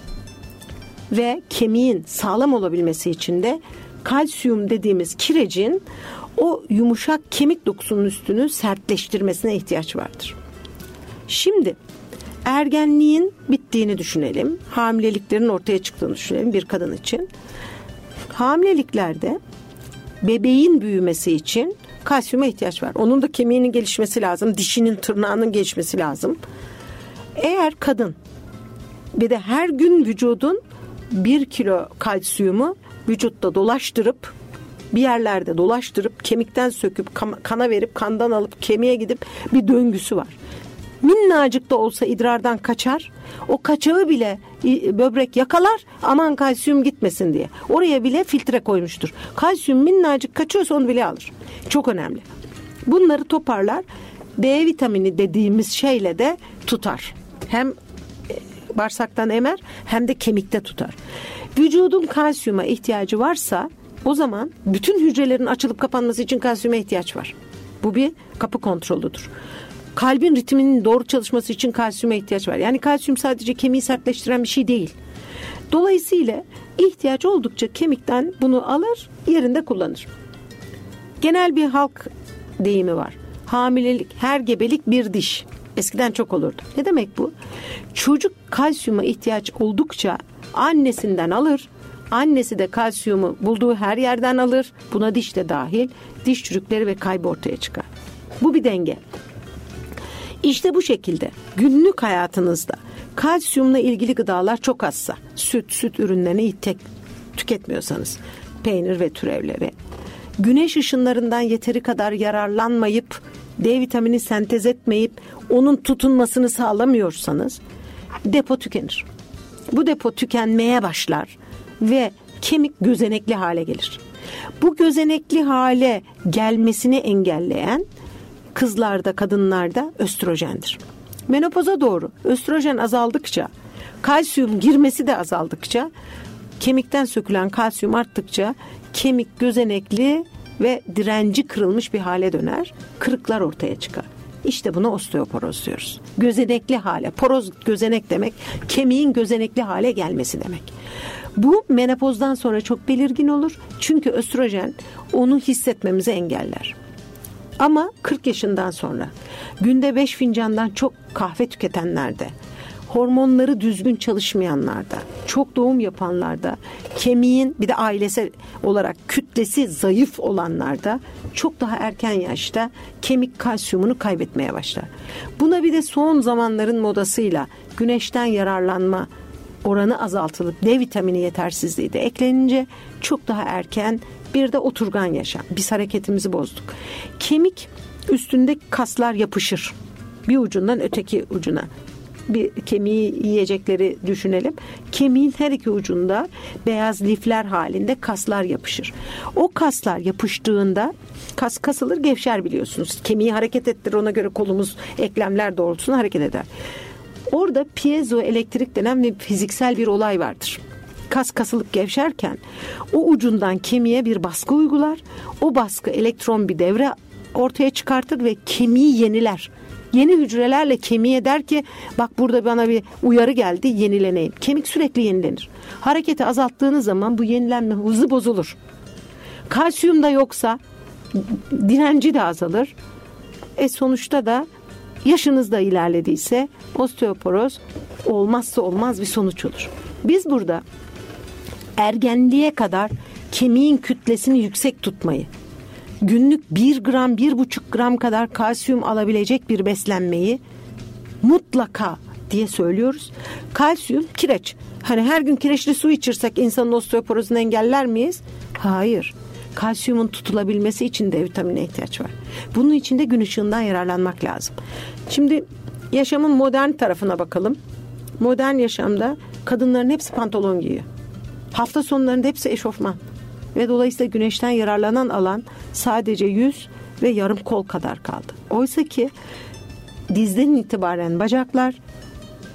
Ve kemiğin sağlam olabilmesi için de kalsiyum dediğimiz kirecin o yumuşak kemik dokusunun üstünü sertleştirmesine ihtiyaç vardır. Şimdi ergenliğin bittiğini düşünelim. Hamileliklerin ortaya çıktığını düşünelim bir kadın için. Hamileliklerde bebeğin büyümesi için kalsiyuma ihtiyaç var. Onun da kemiğinin gelişmesi lazım. Dişinin, tırnağının gelişmesi lazım. Eğer kadın bir de her gün vücudun bir kilo kalsiyumu vücutta dolaştırıp bir yerlerde dolaştırıp kemikten söküp kana verip kandan alıp kemiğe gidip bir döngüsü var. Minnacık da olsa idrardan kaçar. O kaçağı bile böbrek yakalar, aman kalsiyum gitmesin diye. Oraya bile filtre koymuştur. Kalsiyum minnacık kaçıyorsa onu bile alır. Çok önemli. Bunları toparlar. D vitamini dediğimiz şeyle de tutar. Hem bağırsaktan emer hem de kemikte tutar. Vücudun kalsiyuma ihtiyacı varsa o zaman bütün hücrelerin açılıp kapanması için kalsiyuma ihtiyaç var. Bu bir kapı kontrolüdür. Kalbin ritminin doğru çalışması için kalsiyuma ihtiyaç var. Yani kalsiyum sadece kemiği sertleştiren bir şey değil. Dolayısıyla ihtiyaç oldukça kemikten bunu alır, yerinde kullanır. Genel bir halk deyimi var. Hamilelik, her gebelik bir diş. Eskiden çok olurdu. Ne demek bu? Çocuk kalsiyuma ihtiyaç oldukça annesinden alır. Annesi de kalsiyumu bulduğu her yerden alır. Buna diş de dahil. Diş çürükleri ve kaybı ortaya çıkar. Bu bir denge. İşte bu şekilde günlük hayatınızda kalsiyumla ilgili gıdalar çok azsa, süt, süt ürünlerini tek tüketmiyorsanız, peynir ve türevleri, güneş ışınlarından yeteri kadar yararlanmayıp, D vitamini sentez etmeyip, onun tutunmasını sağlamıyorsanız, depo tükenir. Bu depo tükenmeye başlar ve kemik gözenekli hale gelir. Bu gözenekli hale gelmesini engelleyen, kızlarda, kadınlarda östrojendir. Menopoza doğru östrojen azaldıkça, kalsiyum girmesi de azaldıkça, kemikten sökülen kalsiyum arttıkça kemik gözenekli ve direnci kırılmış bir hale döner. Kırıklar ortaya çıkar. İşte buna osteoporoz diyoruz. Gözenekli hale. Poroz gözenek demek, kemiğin gözenekli hale gelmesi demek. Bu menopozdan sonra çok belirgin olur. Çünkü östrojen onu hissetmemizi engeller. Ama kırk yaşından sonra günde beş fincandan çok kahve tüketenlerde, hormonları düzgün çalışmayanlarda, çok doğum yapanlarda, kemiğin bir de ailesel olarak kütlesi zayıf olanlarda çok daha erken yaşta kemik kalsiyumunu kaybetmeye başlar. Buna bir de son zamanların modasıyla güneşten yararlanma oranı azaltılıp D vitamini yetersizliği de eklenince çok daha erken bir de oturgan yaşam. Biz hareketimizi bozduk. Kemik üstünde kaslar yapışır. Bir ucundan öteki ucuna. Bir kemiği yiyecekleri düşünelim. Kemiğin her iki ucunda beyaz lifler halinde kaslar yapışır. O kaslar yapıştığında kas kasılır, gevşer biliyorsunuz. Kemiği hareket ettirir, ona göre kolumuz eklemler doğrultusunda hareket eder. Orada piezoelektrik denen bir fiziksel bir olay vardır. Kas kasılıp gevşerken o ucundan kemiğe bir baskı uygular. O baskı elektron bir devre ortaya çıkartır ve kemiği yeniler. Yeni hücrelerle kemiğe der ki bak burada bana bir uyarı geldi, yenileneyim. Kemik sürekli yenilenir. Hareketi azalttığınız zaman bu yenilenme hızı bozulur. Kalsiyum da yoksa direnci de azalır. E sonuçta da yaşınız da ilerlediyse osteoporoz olmazsa olmaz bir sonuç olur. Biz burada ergenliğe kadar kemiğin kütlesini yüksek tutmayı, günlük bir gram, bir buçuk gram kadar kalsiyum alabilecek bir beslenmeyi mutlaka diye söylüyoruz. Kalsiyum kireç. Hani her gün kireçli su içirsek insanın osteoporozunu engeller miyiz? Hayır. Kalsiyumun tutulabilmesi için de vitamine ihtiyaç var. Bunun için de gün ışığından yararlanmak lazım. Şimdi yaşamın modern tarafına bakalım. Modern yaşamda kadınların hepsi pantolon giyiyor. Hafta sonlarında hepsi eşofman. Ve dolayısıyla güneşten yararlanan alan sadece yüz ve yarım kol kadar kaldı. Oysa ki dizden itibaren bacaklar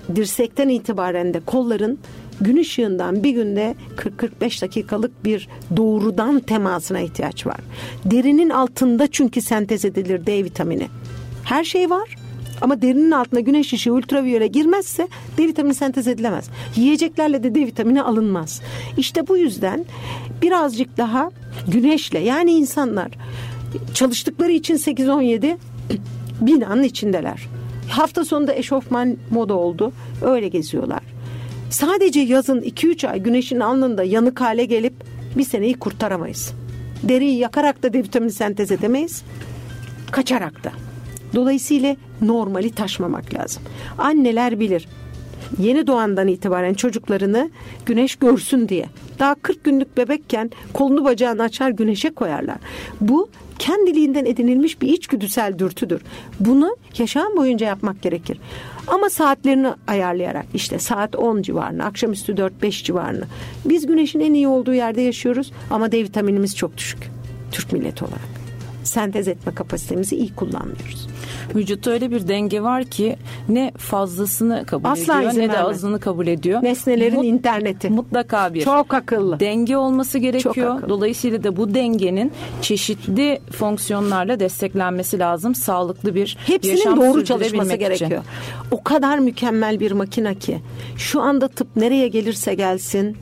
dirsekten itibaren de kolların gün ışığından bir günde kırk kırk beş dakikalık bir doğrudan temasına ihtiyaç var. Derinin altında çünkü sentez edilir D vitamini. Her şey var ama derinin altına güneş ışığı, ultraviyole girmezse D vitamini sentez edilemez. Yiyeceklerle de D vitamini alınmaz. İşte bu yüzden birazcık daha güneşle, yani insanlar çalıştıkları için sekiz on yedi binanın içindeler. Hafta sonunda eşofman moda oldu. Öyle geziyorlar. Sadece yazın iki üç ay güneşin alnında yanık hale gelip bir seneyi kurtaramayız. Deriyi yakarak da D vitamini sentez edemeyiz. Kaçarak da. Dolayısıyla normali taşmamak lazım. Anneler bilir. Yeni doğandan itibaren çocuklarını güneş görsün diye. Daha kırk günlük bebekken kolunu bacağını açar güneşe koyarlar. Bu kendiliğinden edinilmiş bir içgüdüsel dürtüdür. Bunu yaşam boyunca yapmak gerekir. Ama saatlerini ayarlayarak, işte saat on civarını, akşamüstü dört beş civarını. Biz güneşin en iyi olduğu yerde yaşıyoruz ama D vitaminimiz çok düşük. Türk milleti olarak. Sentez etme kapasitemizi iyi kullanmıyoruz. Vücutta öyle bir denge var ki ne fazlasını kabul Asla ediyor ne vermez. de azını kabul ediyor. Nesnelerin Mut, interneti. Mutlaka bir Çok akıllı. denge olması gerekiyor. Çok akıllı. Dolayısıyla da bu dengenin çeşitli fonksiyonlarla desteklenmesi lazım. Sağlıklı bir Hepsinin yaşam doğru çalışması sürdürebilmek için. gerekiyor. O kadar mükemmel bir makine ki şu anda tıp nereye gelirse gelsin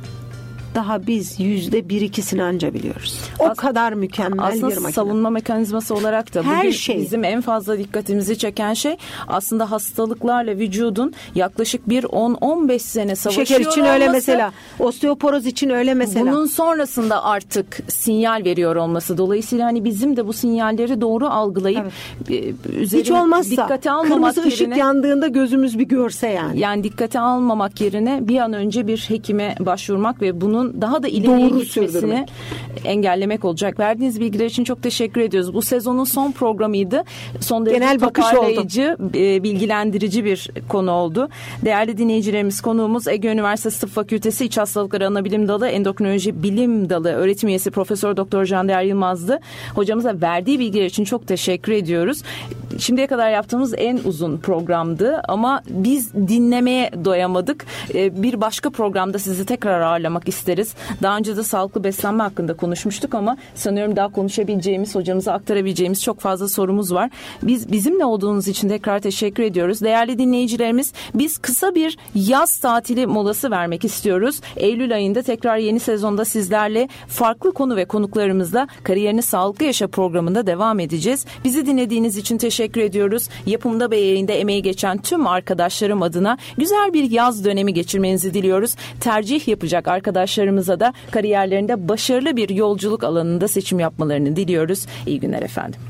daha biz yüzde bir ikisini anca biliyoruz. O As- kadar mükemmel aslında bir makine. savunma mekanizması olarak da Her bugün şey. bizim en fazla dikkatimizi çeken şey aslında hastalıklarla vücudun yaklaşık bir on on beş sene savaşıyor Şeker için olması. öyle mesela. Osteoporoz için öyle mesela. Bunun sonrasında artık sinyal veriyor olması. Dolayısıyla hani bizim de bu sinyalleri doğru algılayıp Evet. üzerine hiç olmazsa dikkate almamak kırmızı yerine, ışık yandığında gözümüz bir görse yani. yani dikkate almamak yerine bir an önce bir hekime başvurmak ve bunun daha da ileriye Doğru gitmesini sürdürmek. engellemek olacak. Verdiğiniz bilgiler için çok teşekkür ediyoruz. Bu sezonun son programıydı. Son derece Genel bakış oldu. toparlayıcı, e, bilgilendirici bir konu oldu. Değerli dinleyicilerimiz, konuğumuz Ege Üniversitesi Tıp Fakültesi İç Hastalıkları Anabilim Dalı Endokrinoloji Bilim Dalı öğretim üyesi Profesör Doktor Candeğer Yılmaz'dı. Hocamıza verdiği bilgiler için çok teşekkür ediyoruz. Şimdiye kadar yaptığımız en uzun programdı ama biz dinlemeye doyamadık. E, bir başka programda sizi tekrar ağırlamak isteriz. Daha önce de sağlıklı beslenme hakkında konuşmuştuk ama sanıyorum daha konuşabileceğimiz, hocamıza aktarabileceğimiz çok fazla sorumuz var. Biz bizimle olduğunuz için tekrar teşekkür ediyoruz. Değerli dinleyicilerimiz, biz kısa bir yaz tatili molası vermek istiyoruz. Eylül ayında tekrar yeni sezonda sizlerle farklı konu ve konuklarımızla Kariyerini Sağlıklı Yaşa programında devam edeceğiz. Bizi dinlediğiniz için teşekkür ediyoruz. Yapımda ve yayında emeği geçen tüm arkadaşlarım adına güzel bir yaz dönemi geçirmenizi diliyoruz. Tercih yapacak arkadaşlarımıza da kariyerlerinde başarılı bir yolculuk alanında seçim yapmalarını diliyoruz. İyi günler efendim.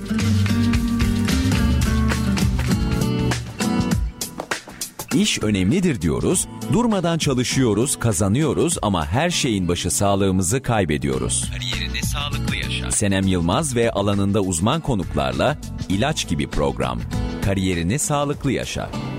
İş önemlidir diyoruz, durmadan çalışıyoruz, kazanıyoruz ama her şeyin başı sağlığımızı kaybediyoruz. Kariyerinde sağlıklı yaşa. Senem Yılmaz ve alanında uzman konuklarla ilaç gibi program. Kariyerini sağlıklı yaşa.